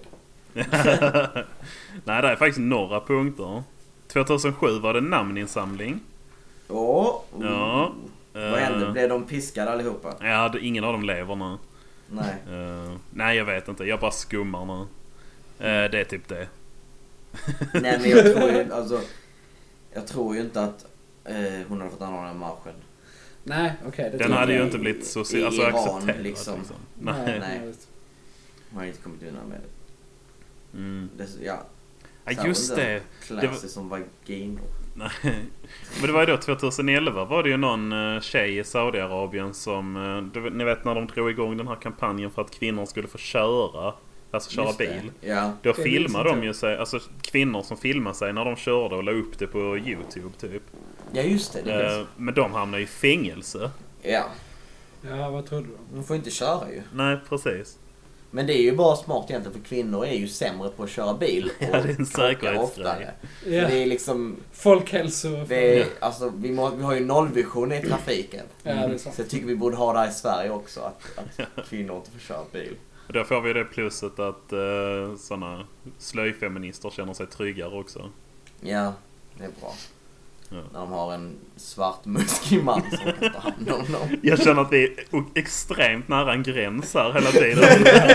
Nej, det är faktiskt några punkter. 2007 var det namninsamling. Ja. Ja. Vad hände? Blev de piskade allihopa? Ja, ingen av dem lever nu. Nej. Nej, jag vet inte. Jag bara skummar nu. Det är typ det. Nej, men jag tror ju, alltså, jag tror ju inte att hon hade fått anordna marschen. Nej, okej. det Den tror hade jag. ju inte blivit så I alltså, Iran, accepterad. liksom. Nej. Nej. visst. Hon har inte kommit undan med det. Mm. Ja, Ja, just det. klär sig som vaginor. Nej. Men det var ju då 2011 var det ju någon tjej i Saudiarabien som... ni vet när de drog igång den här kampanjen för att kvinnor skulle få köra. Alltså köra Just det. bil. Ja. Då Det filmade minns de ju sig, alltså kvinnor som filmade sig när de körde och la upp det på YouTube typ. Ja, just det. Det finns. Men de hamnade i fängelse. Ja. Ja, vad trodde du? De får inte köra ju. Nej, precis. Men det är ju bara smart egentligen, för kvinnor är ju sämre på att köra bil. Och Ja, det är en krockar säkerhetsgrej. oftare. Ja. Det är liksom... Folkhälso... Det är, alltså, vi vi har ju nollvision i trafiken. Ja, det är sant. Så jag tycker vi borde ha det här i Sverige också. Att kvinnor inte får köra bil. Och då får vi det plusset att såna slöjfeminister känner sig tryggare också. Ja, det är bra. När de har en svart muskig man som kan ta hand om dem. Jag känner att vi är extremt nära en gräns här hela tiden.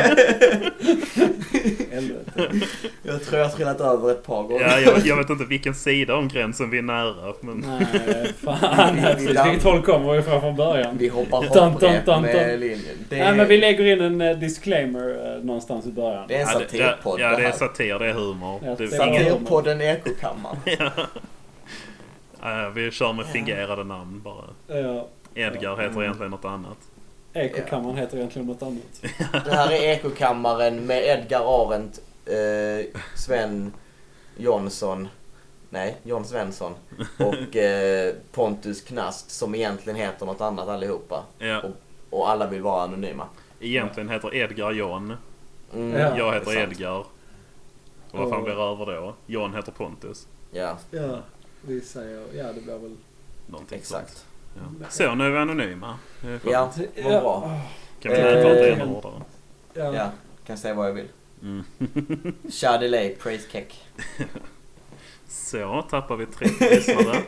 Jag tror jag har trillat över ett par gånger. Ja, jag vet inte vilken sida om gränsen vi är nära. Men... Nej, fan. Vilket håll kommer vi från början? Vi hoppar hopprep med linjen. Nej, men vi lägger in en disclaimer någonstans i början. Det är en satirpodd. Ja, det är satir, det är humor. Ja, Det- Satirpodden Ekokammaren. vi kör med fingerade namn bara. Ja. Edgar heter egentligen något annat. Ekokammaren heter egentligen något annat. Det här är Ekokammaren med Edgar Arendt, Sven Jonsson. Nej, John Svensson. Och Pontus Knast som egentligen heter något annat allihopa. Ja. Och alla vill vara anonyma. Egentligen heter Edgar John. Ja, Jag heter det är sant. Edgar. Och vad fan blir över då? John heter Pontus. Ja, Ja, vi säger... Ja, det blir väl... Någonting exakt. sånt. Ja. Så, nu är vi anonyma. Det är skönt. Ja, vad bra. Kan vi inte vara ännu hårdare? Ja, kan säga vad jag vill. Mm. Chardonnay, praise cake. Så, tappar vi 30 lyssnare.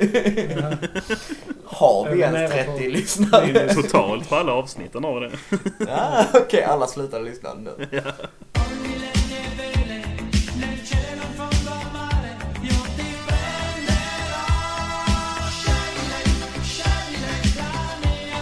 Har vi ens 30 lyssnare? Totalt på alla avsnitten av det. Ja, okej, alla slutar lyssna nu. Ogni legno è vele, nel cielo in fondo al mare, io ti prenderò. Scegli la mia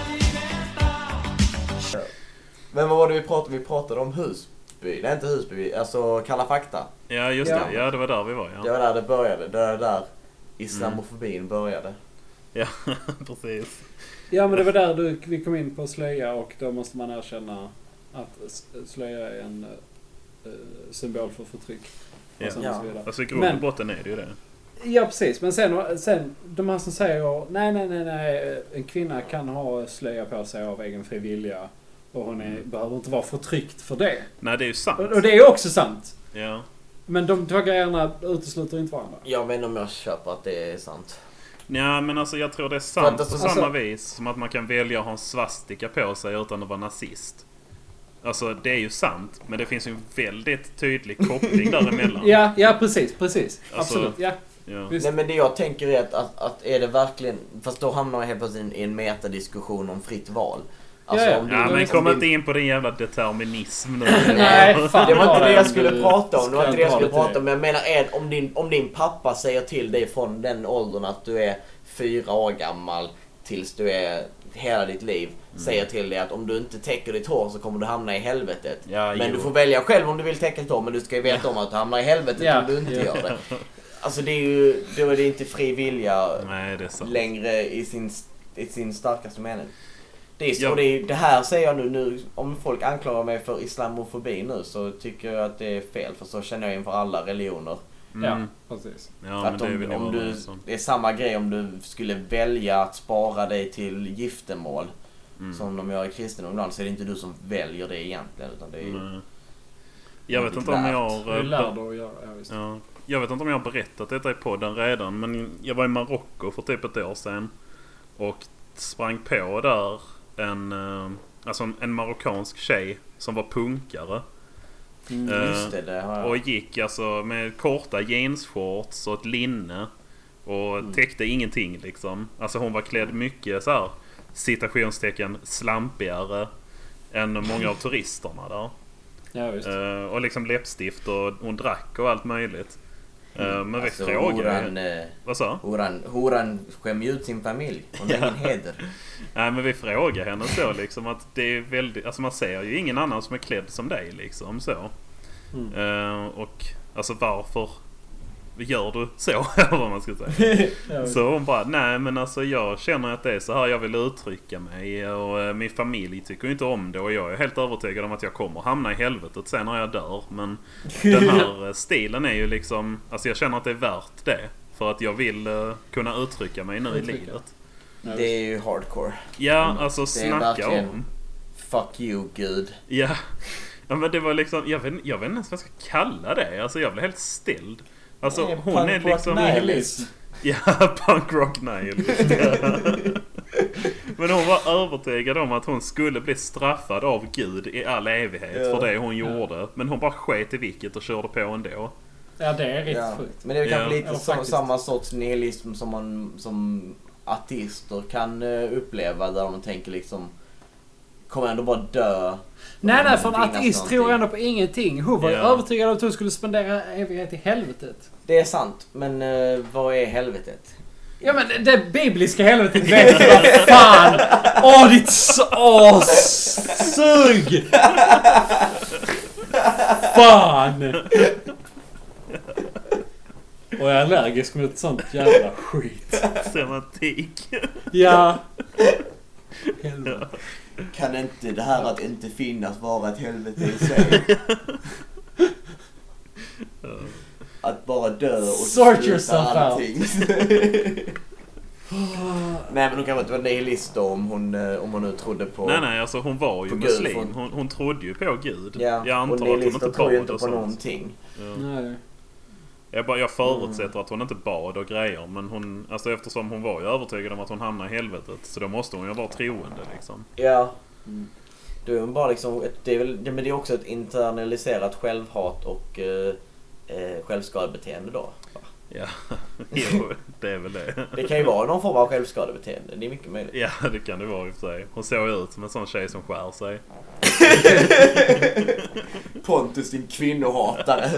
libertà. Men vad var det vi pratade? Vi pratade om Husby. Nej, inte Husby. Alltså Kalla fakta. Ja, just Ja. det. Ja, det var där vi var, Det ja. var där det började. Det var där islamofobin började. Ja, precis. Ja, men det var där vi kom in på slöja och då måste man erkänna att slöja är en symbol för förtryck. Och Ja. sen och så vidare. Alltså i grund och botten är det ju det. Ja, precis. Men sen de här som säger nej, en kvinna kan ha slöja på sig av egen fri vilja och hon behöver inte vara förtryckt för det. Nej, det är ju sant. Och det är också sant. Ja. Men de två grejerna utesluter inte varandra. Jag vet inte om jag köper att det är sant. Ja, men alltså jag tror det är För sant att på alltså- samma vis som att man kan välja att ha en svastika på sig utan att vara nazist. Alltså det är ju sant, men det finns ju en väldigt tydlig koppling däremellan. Ja, precis. Alltså- Absolut, ja. Ja. Visst. Nej, men det jag tänker är att är det verkligen... Fast då hamnar jag helt plötsligt i en metadiskussion om fritt val. Alltså, Ja. om Ja, du- men om kom din- inte in på din jävla determinism nu. Nej, fan. Det var inte det jag du skulle prata om. Det var inte det jag ska skulle ta det prata om. Men jag menar, om din pappa säger till dig från den åldern att du är 4 år gammal tills du är hela ditt liv, säger till dig att om du inte täcker ditt hår så kommer du hamna i helvetet. Ja, Men jo. du får välja själv om du vill täcka ditt hår, men du ska ju veta om att du hamnar i helvetet Ja. om du inte Ja. gör det. Alltså det är ju, då är det inte fri vilja Nej, det är sant. längre i sin starkaste mening. Det är så, Ja. det här säger jag nu, om folk anklagar mig för islamofobi nu så tycker jag att det är fel, för så känner jag inför alla religioner. Ja, precis. Ja, men Att det är vi nog om du, överens om. det är samma grej om du skulle välja att spara dig till giftermål som de gör i kristendom ibland, så är det inte du som väljer det egentligen, utan det är Nej. Jag vet inte om Det är jag lärd att göra, ja, visst. Ja, jag vet inte om jag har berättat detta i podden redan, men jag var i Marocko för typ ett år sedan och sprang på där en marockansk tjej som var punkare. just det har jag. Och gick alltså med korta jeansshorts och ett linne och täckte ingenting liksom. Alltså hon var klädd mycket så här citationstecken slampigare än många av turisterna där. Ja, visst. Och liksom läppstift och hon drack och allt möjligt. Men vi Alltså, frågade... Vad sa? Horan skämmer ut sin familj. Hon har ingen heder. Nej, men vi frågade henne så liksom att det är väldigt... Alltså man ser ju ingen annan som är klädd som dig liksom så. Och alltså varför gör du så? Eller vad man ska säga. Ja, Så hon bara, nej men alltså jag känner att det är så här jag vill uttrycka mig och min familj tycker inte om det och jag är helt övertygad om att jag kommer hamna i helvetet sen när jag dör. Men den här stilen är ju liksom, alltså jag känner att det är värt det för att jag vill kunna uttrycka mig nu i livet. Ja, Det är ju hardcore. Ja, alltså Det är snacka verkligen- om. Fuck you, Gud. Ja. Ja, men det var liksom, jag vet inte ens vad jag ska kalla det. Alltså jag blev helt ställd. Alltså Det är hon punk är rock liksom... nihilist. Ja, punk rock nihilist. Ja. Men hon var övertygad om att hon skulle bli straffad av Gud i all evighet för det hon gjorde. Men hon bara sket i vilket och körde på ändå. Ja, det är riktigt sjukt. Men det är kanske lite Eller som, faktiskt. samma sorts nihilism som man som artister kan uppleva, där de tänker liksom kommer ändå bara dö. Nej, för en Vinnas ateist någonting. tror ändå på ingenting. Hon var ju Ja. övertygad om att hon skulle spendera evighet i helvetet. Det är sant, men vad är helvetet? Ja, men det bibliska helvetet vet du vad fan! Åh, ditt sug! Fan! Och jag är allergisk mot sånt jävla skit. Semantik. Ja. Helvete. Kan inte det här att inte finnas vara ett helvete i sig? Att bara dö och Sort sluta yourself allting. Nej, men hon kanske inte var nihilist då, om hon nu trodde på... Nej, alltså hon var ju På Gud, muslim. Hon trodde ju på Gud. Ja, Jag antar och att hon nihilister inte tror ju bad inte och på sånt. någonting. Ja. Nej. Jag förutsätter att hon inte bad och grejer. Men hon, alltså eftersom hon var ju övertygad om att hon hamnar i helvetet. Så då måste hon ju vara troende liksom. Ja. Då är hon bara liksom, det är väl, men det är också ett internaliserat självhat och självskadebeteende då. Ja, jo, det är väl det. Det kan ju vara någon form av självskadebeteende, det är mycket möjligt. Ja, det kan det vara i och för sig. Hon såg ut som en sån tjej som skär sig. Pontus, din kvinnohatare.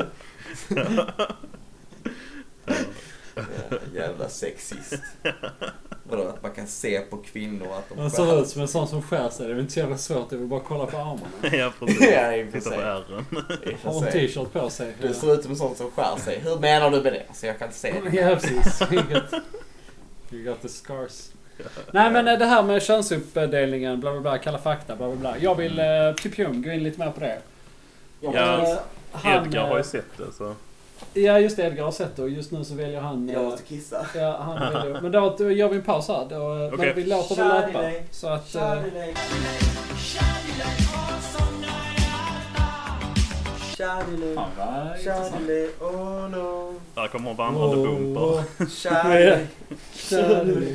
Jävla sexist. Vadå, att man kan se på kvinnor att de Man ser ut som en sån som skär sig. Det är inte så jävla svårt. Jag vill bara kolla på armarna. Ja, precis. Ja, i och för Titta på sig. ärren. Har en t-shirt på sig. Du ser ut som en sån som skär sig. Hur menar du med det? Så jag kan se det. Ja, precis. You got the scars. Nej, men det här med könsuppdelningen, bla bla bla, kalla fakta, bla bla bla. Jag vill gå in lite mer på det. Ja, Han, Edgar har ju sett det så. Ja, just det. Edgar har sett det och just nu så väljer han... Jag måste kissa. Ja, han väljer. Men då gör vi en paus här. Då, Okej. vi låter det löpa. Så att... Fan, vad intressant. Oh no. Där kommer vandrande bumper. Charlie. Charlie.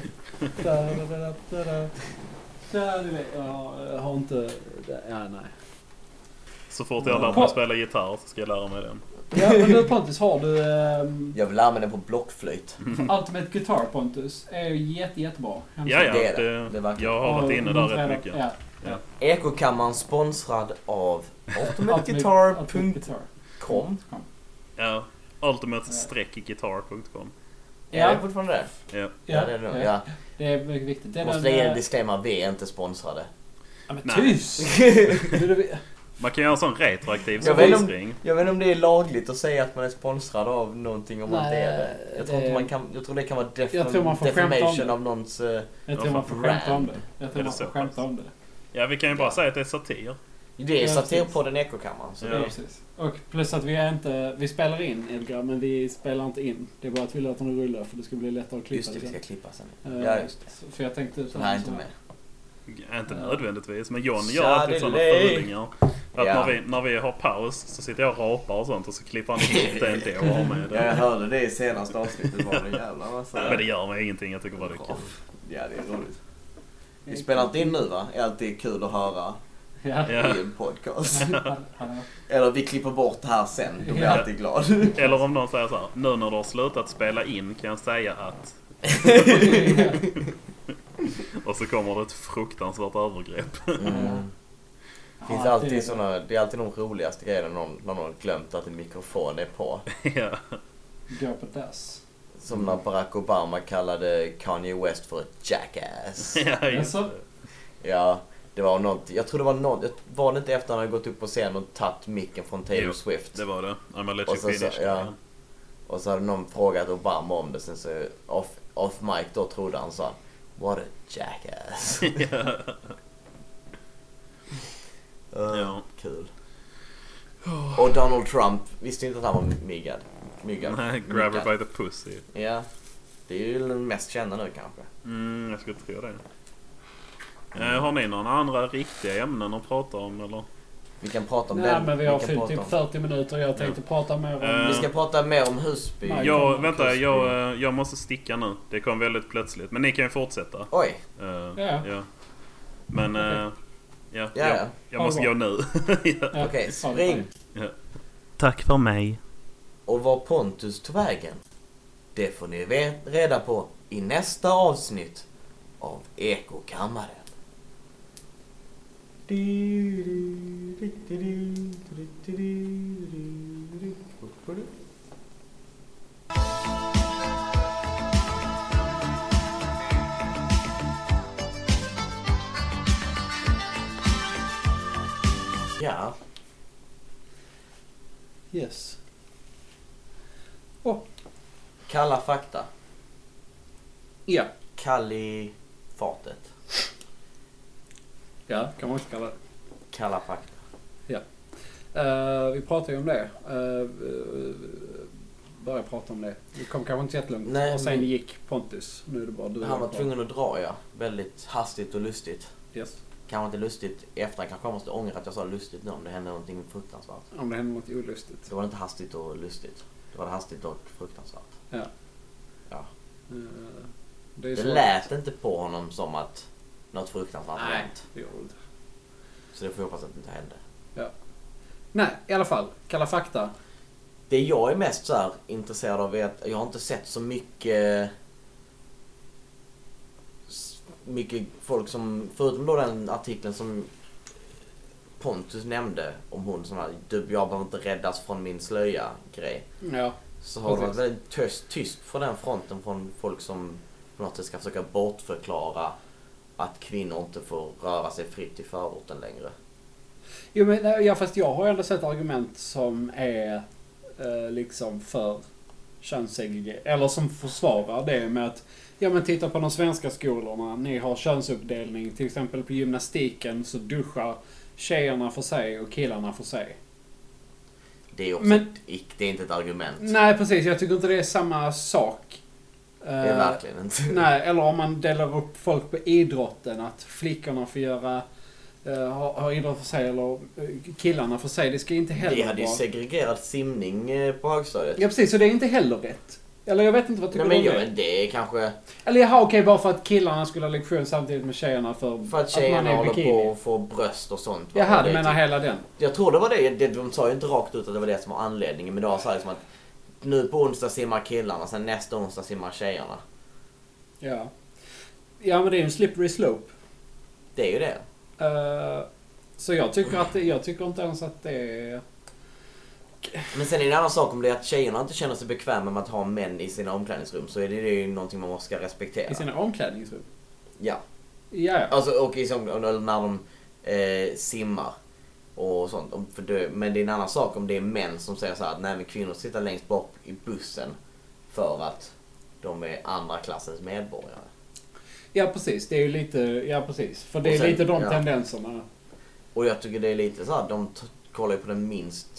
Charlie. Jag har inte... Ja, nej. Så fort jag lär mig att spela gitarr så ska jag lära mig den. Ja, men du Pontus, har du... Jag vill använda den på blockflöjt. Ultimate Guitar Pontus är ju jättebra. Ja, Det är det. Det är verkligen. jag har varit inne där rätt mycket. Ja. Ekokammaren sponsrad av Ultimateguitar.com. ultimateguitar.com. Ja, ultimate-guitar.com. Ja, det är fortfarande det. Ja. Ja, det är det nog. Ja. Det är mycket viktigt. Det är Måste lägga en disclaimer, vi är inte sponsrade. Ja, men Nej. tyst! Man kan göra en sån retroaktiv Jag vet inte sponsring. Jag vet inte om det är lagligt att säga att man är sponsrad av någonting om man inte är det. Jag tror, det- inte man kan, jag tror det kan vara Jag tror man får skämta om defamation det. av någons... Jag tror man får skämta om det. Jag Är tror det man får så skämta pass? om det. Ja, vi kan ju bara säga att det är satir. Det är Ja, satir precis. på den Ekokammaren. Så Ja. Ja, det, precis. Och plus att vi spelar in Edgar, men vi spelar inte in. Det är bara att vi låter den rulla för det ska bli lättare att klippa just det, vi ska sen. klippa sen. Eh, Ja, just det. För jag tänkte... Så här är inte med. Inte Ja. nödvändigtvis, men John gör alltid sådana Tjadilej. fulingar. Att Ja. när vi har paus så sitter jag och rapar och sånt och så klipper han ihop det ändå och har med Ja, jag det. hörde det i senaste avsnittet, var det jävla massa... Men det gör mig ingenting, jag tycker bara det är kul. Ja, det är roligt. Vi spelar inte in nu, va? Det är alltid kul att höra Ja. Ja. i en podcast. Han- Eller vi klipper bort det här sen, då blir jag Ja. alltid glad. Eller om någon säger så här: nu när du har slutat spela in kan jag säga att... Och så kommer det ett fruktansvärt övergrepp. Mm. Det finns Ja, alltid såna, det är alltid de roligaste grejerna när någon har glömt att en mikrofon är på. Ja. Gå på dass. Som när Barack Obama kallade Kanye West för ett jackass. Ja, just Alltså, det. Ja, det var något. Jag tror det var något. Var det inte efter han hade gått upp på scen och tagit micken från Taylor Jo, Swift? Det var det. I'm gonna let Och you så- finish. ja. Och så hade någon frågat Obama om det. Sen så off mic då trodde han sa what a jackass. Ja. Kul. Och Donald Trump visste inte att han var myggad. Nej, grab her by the pussy. Ja. Det är ju den mest kända nu kanske. Jag skulle tro det. Har ni några andra riktiga ämnen att prata om eller? Vi kan prata om nej, den. men vi har kan fyllt prata typ om- 40 minuter. Jag tänkte prata mer om... Vi ska prata mer om Husby. Nej. Jag måste sticka nu. Det kom väldigt plötsligt. Men ni kan ju fortsätta. Oj. Ja. Men Ja. jag måste gå nu. Ja. Ja, Okej, ta det spring. Tack för mig. Och var Pontus tog vägen, det får ni reda på i nästa avsnitt av Ekokammaren. Ja. Yes. Kalla fakta. Ja. Kalifatet. Ja, kan man också kalla det. Kalla fakta. Vi pratade ju om det. Började prata om det. Vi kom kanske inte jättelångt. Nej, och sen men- gick Pontus. Nu är det bara du. Han var tvungen att dra, ja. Väldigt hastigt och lustigt. Yes. Kanske inte lustigt efter, kanske jag måste ångra att jag sa lustigt nu om det hände någonting fruktansvärt. Om det hände något olustigt. Det var inte hastigt och lustigt. Det var hastigt och fruktansvärt. Ja. Ja. Det är Det så lät inte på honom som att något fruktansvärt Nej, hänt. det gjorde det inte. Så det får jag hoppas att det inte hände. Nej, i alla fall. Kalla fakta. Det jag är mest så här intresserad av är att jag har inte sett så mycket folk som, förutom då den artikeln som Pontus nämnde om hon som här, jag behöver inte räddas från min slöja grej. Ja. Så har det varit Precis. väldigt tyst från den fronten från folk som på något sätt ska försöka bortförklara att kvinnor inte får röra sig fritt i förorten längre. Jo, men, ja, fast jag har ändå sett argument som är liksom för könssegregering. Eller som försvarar det med att ja, men titta på de svenska skolorna. Ni har könsuppdelning. Till exempel på gymnastiken så duschar tjejerna för sig och killarna för sig. Det är också Men- det är inte ett argument. Nej, precis. Jag tycker inte det är samma sak. Det är verkligen inte. Nej, eller om man delar upp folk på idrotten. Att flickorna får göra ha idrott för sig eller killarna för sig. Det ska inte heller Vi hade ju vara... segregerad simning på högstadiet. Ja, precis. Så det är inte heller rätt. Eller jag vet inte vad tycker Nej, du men om ja, det? det är kanske Eller jaha, okej, bara för att killarna skulle ha lektion samtidigt med tjejerna för att man tjejerna är i håller bikini. på att få bröst och sånt. va? Jaha, Och du det är menar typ- hela den? Jag tror det var det. De sa ju inte rakt ut att det var det som var anledningen. Men det var så här liksom att nu på onsdag simmar killarna, sen nästa onsdag simmar tjejerna. Ja. Ja, men det är ju en slippery slope. Det är ju det. Så jag tycker inte ens att det är... Men sen är det en annan sak om det är att tjejerna inte känner sig bekväma med att ha män i sina omklädningsrum. Så är det ju någonting man måste respektera. I sina omklädningsrum. Ja. Ja. Alltså, och eller när de simmar och sånt. Men det är en annan sak om det är män som säger så här att nej, men kvinnor sitter längst bort i bussen för att de är andra klassens medborgare. Ja, precis. Det är ju lite... Ja, precis. För det Och är sen- lite de ja. tendenserna. Och jag tycker det är lite så här, de kollar ju på den minst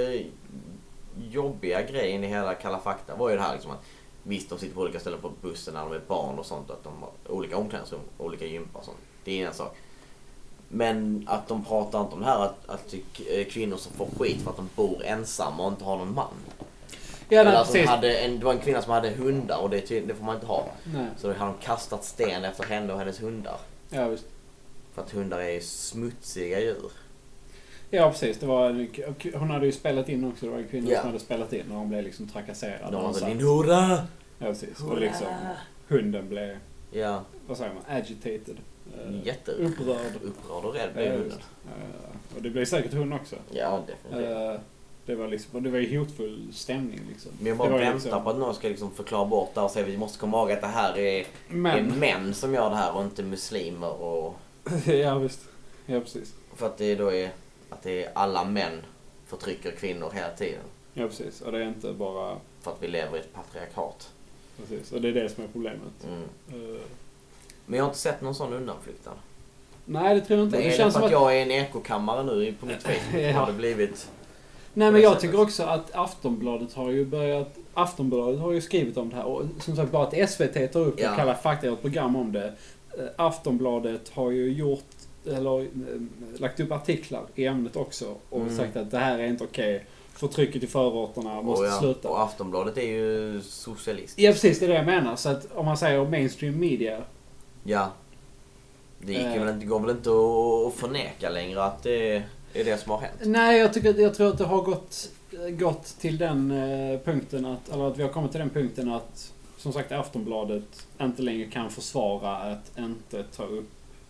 jobbiga grejen i hela Kalla fakta var ju det här liksom att visst, de sitter på olika ställen på bussen när de är barn och sånt, att de har olika omklädningsrum, olika gympa och sånt. Det är en sak. Men att de pratar inte om det här att kvinnor som får skit för att de bor ensamma och inte har någon man. Ja, Eller nej, att precis. det var en kvinna som hade hundar och det får man inte ha. Nej. Så då hade de kastat sten efter henne och hennes hundar. Ja, visst. För att hundar är smutsiga djur. Ja, precis. Det var hon hade ju spelat in också. Det var en kvinna Ja. som hade spelat in och hon blev liksom trakasserad. De Och var hon så satt- din hora! Ja, precis. Och liksom hunden blev, Ja, vad säger man, agitated. jätteupprörd Upprörd. och rädd Ja, blev just. hunden. Och det blev säkert hon också. Ja, definitivt. Det var liksom, och det var ju hotfull stämning liksom. Men jag Det bara var ju väntar liksom- på att någon ska liksom förklara bort det och säga att vi måste komma ihåg att det här är Men, män som gör det här och inte muslimer. Och, ja visst. Ja, precis. för att det då är att det är alla män förtrycker kvinnor hela tiden. Ja, precis. Och det är inte bara, För att vi lever i ett patriarkat. precis. Och det är det som är problemet. Mm. Eh, Men jag har inte sett någon sån undanflyktad. nej, det tror jag inte. Men Det är det känns för som att att... jag är en ekokammare nu på mitt Facebook? Ja. Har det blivit... Nej, men det jag sättet. tycker också att Aftonbladet har ju börjat... Aftonbladet har ju skrivit om det här. Och som sagt, bara att SVT tar upp det Ja. och kallar fakta i ett program om det. Aftonbladet har ju gjort, eller lagt upp artiklar i ämnet också. Och sagt att det här är inte okej. Förtrycket i förorterna måste sluta. Och Aftonbladet är ju socialist. Ja, precis. Det är det jag menar. Så att om man säger mainstream media. Ja. Det går väl inte att förneka längre att det är det som har hänt. Nej, jag tror att det har gått gått till den punkten att vi har kommit till den punkten att som sagt Aftonbladet inte längre kan försvara att inte ta upp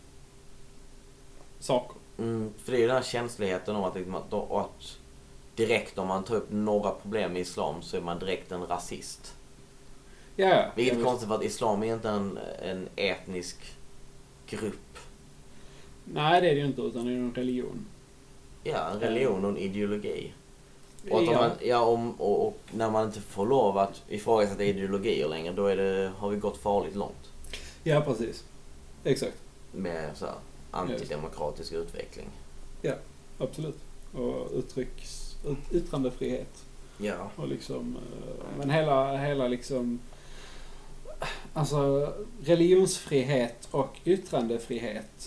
saker. För det är ju den här känsligheten om att direkt om man tar upp några problem med islam så är man direkt en rasist. Ja, Vilket är konstigt för att islam är inte en etnisk grupp. Nej, det är det ju inte, utan det är en religion. Ja, en religion och en ideologi. Och, att och när man inte får lov att ifrågasätta ideologier längre, då har vi gått farligt långt. Ja, precis. Exakt. Med så här antidemokratisk utveckling. Ja, absolut. Och yttrandefrihet. Ja. Och liksom, men hela liksom, alltså religionsfrihet och yttrandefrihet.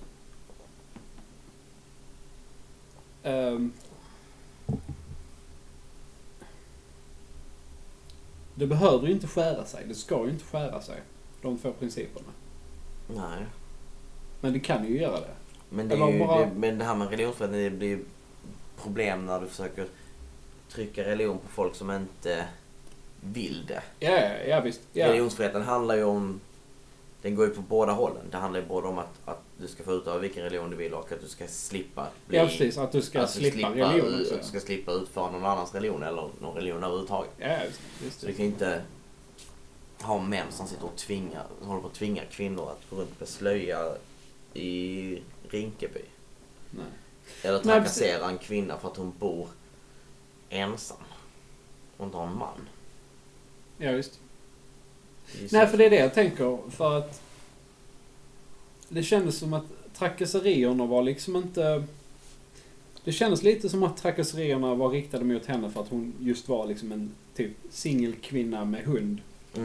Det behöver ju inte skära sig. Det ska ju inte skära sig. De två principerna. Nej. Men det kan ju göra det. Men det, är ju, men det här med religionsfrihet, det blir problem när du försöker trycka religion på folk som inte vill det. Ja, visst. Ja. Religionsfriheten handlar ju om, den går ju på båda hållen. Det handlar ju både om att du ska få utöva vilken religion du vill och att du ska slippa bli... Ja, precis. Att du ska slippa religion. Att du ska slippa utföra någon annans religion eller någon religion överhuvudtaget. Ja, visst. Så du kan inte ha män som sitter och håller på att tvinga kvinnor att gå runt med slöja i Rinkeby. Nej. Eller trakassera en kvinna för att hon bor ensam och inte har en man. Ja, visst. Nej, för det är det jag tänker. För att det kändes som att trakasserierna var liksom inte... Det kändes lite som att trakasserierna var riktade mot henne för att hon just var liksom en typ singelkvinna med hund.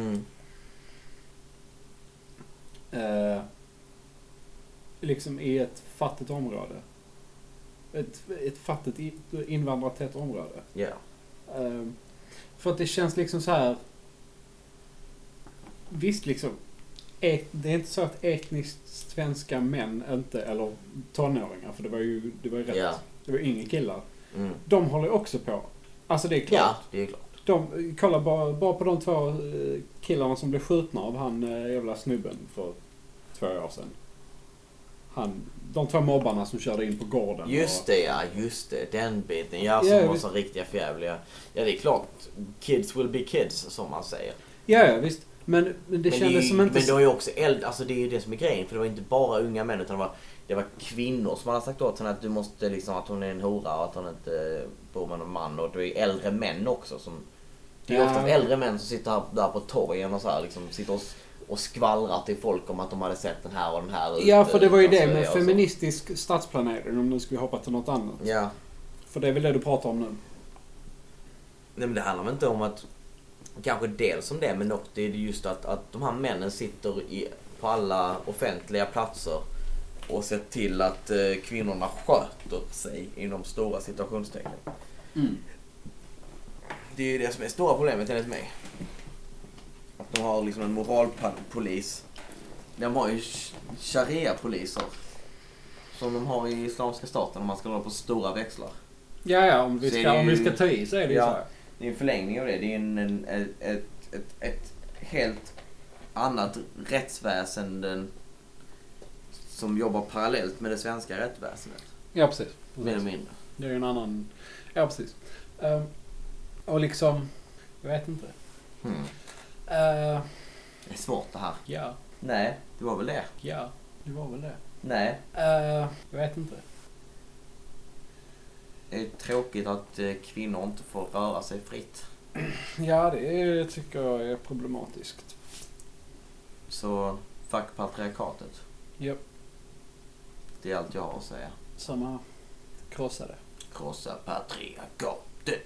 Liksom i ett fattigt område. Ett fattigt invandrartätt område. Ja. För att det känns liksom så här. Visst liksom. Det är inte så att etniskt svenska män inte, eller tonåringar, för det var ju rätt. Ja. Det var yngre killar. De håller också på. Alltså det är klart. Ja, det är klart. Kolla bara på de två killarna som blev skjutna av han jävla snubben för 2 år sedan. De två mobbarna som körde in på gården. Just det. Den biten. Ja, som var så riktiga förjävliga. Ja, det är klart. Kids will be kids, som man säger. Ja, visst. Men det kändes som inte... Men det var ju också alltså det är ju det som är grejen. För det var inte bara unga män, utan det var kvinnor som hade sagt åt henne att du måste liksom, att hon är en hora och att hon inte bor med någon man. Och det är äldre män också som... Det är ofta äldre män som sitter där på torgen och så här, liksom sitter och skvallrar till folk om att de hade sett den här och den här. Ja, för det var ju det med feministisk stadsplanering, om nu ska vi hoppa till något annat. Ja. För det är väl det du pratar om nu. Nej, men det handlar väl inte om att... Kanske dels om det, men också det är just att de här männen sitter på alla offentliga platser och ser till att kvinnorna sköter sig inom stora situationstecken. Det är ju det som är stora problemet enligt mig. Att de har liksom en moralpolis. De har ju sharia-poliser som de har i Islamiska staten om man ska hålla på stora växlar. Ja, om vi ska ta i så är det ju så här. Det är en förlängning av det. Det är ett helt annat rättsväsende som jobbar parallellt med det svenska rättsväsendet. Ja, precis. Mer eller mindre. Det är ju en annan... Ja, precis. Och liksom... Jag vet inte. Det är svårt det här. Ja. Nej, det var väl det. Ja, det var väl det. Nej. Jag vet inte. Det är tråkigt att kvinnor inte får röra sig fritt. Ja, det tycker jag är problematiskt. Så, fuck patriarkatet. Japp. Det är allt jag har att säga. Samma krossade. Krossa patriarkatet.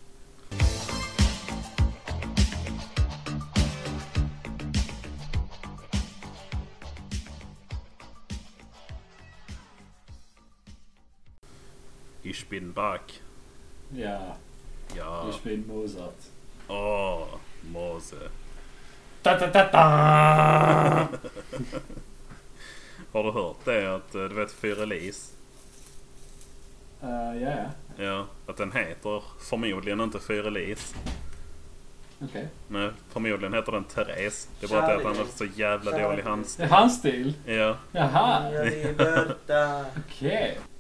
Ich bin back. Ja. Ja. Ich bin Mozart. Mose. Ta-ta-ta-ta! Har du hört det att du vet Fyrelis? Ja. Ja, att den heter förmodligen inte Fyrelis. Okej. Nej, förmodligen heter den Therese. Det är bara det att han har så jävla dålig Det handstil. är handstil? Ja. Jaha. Charlie Berta. Okej.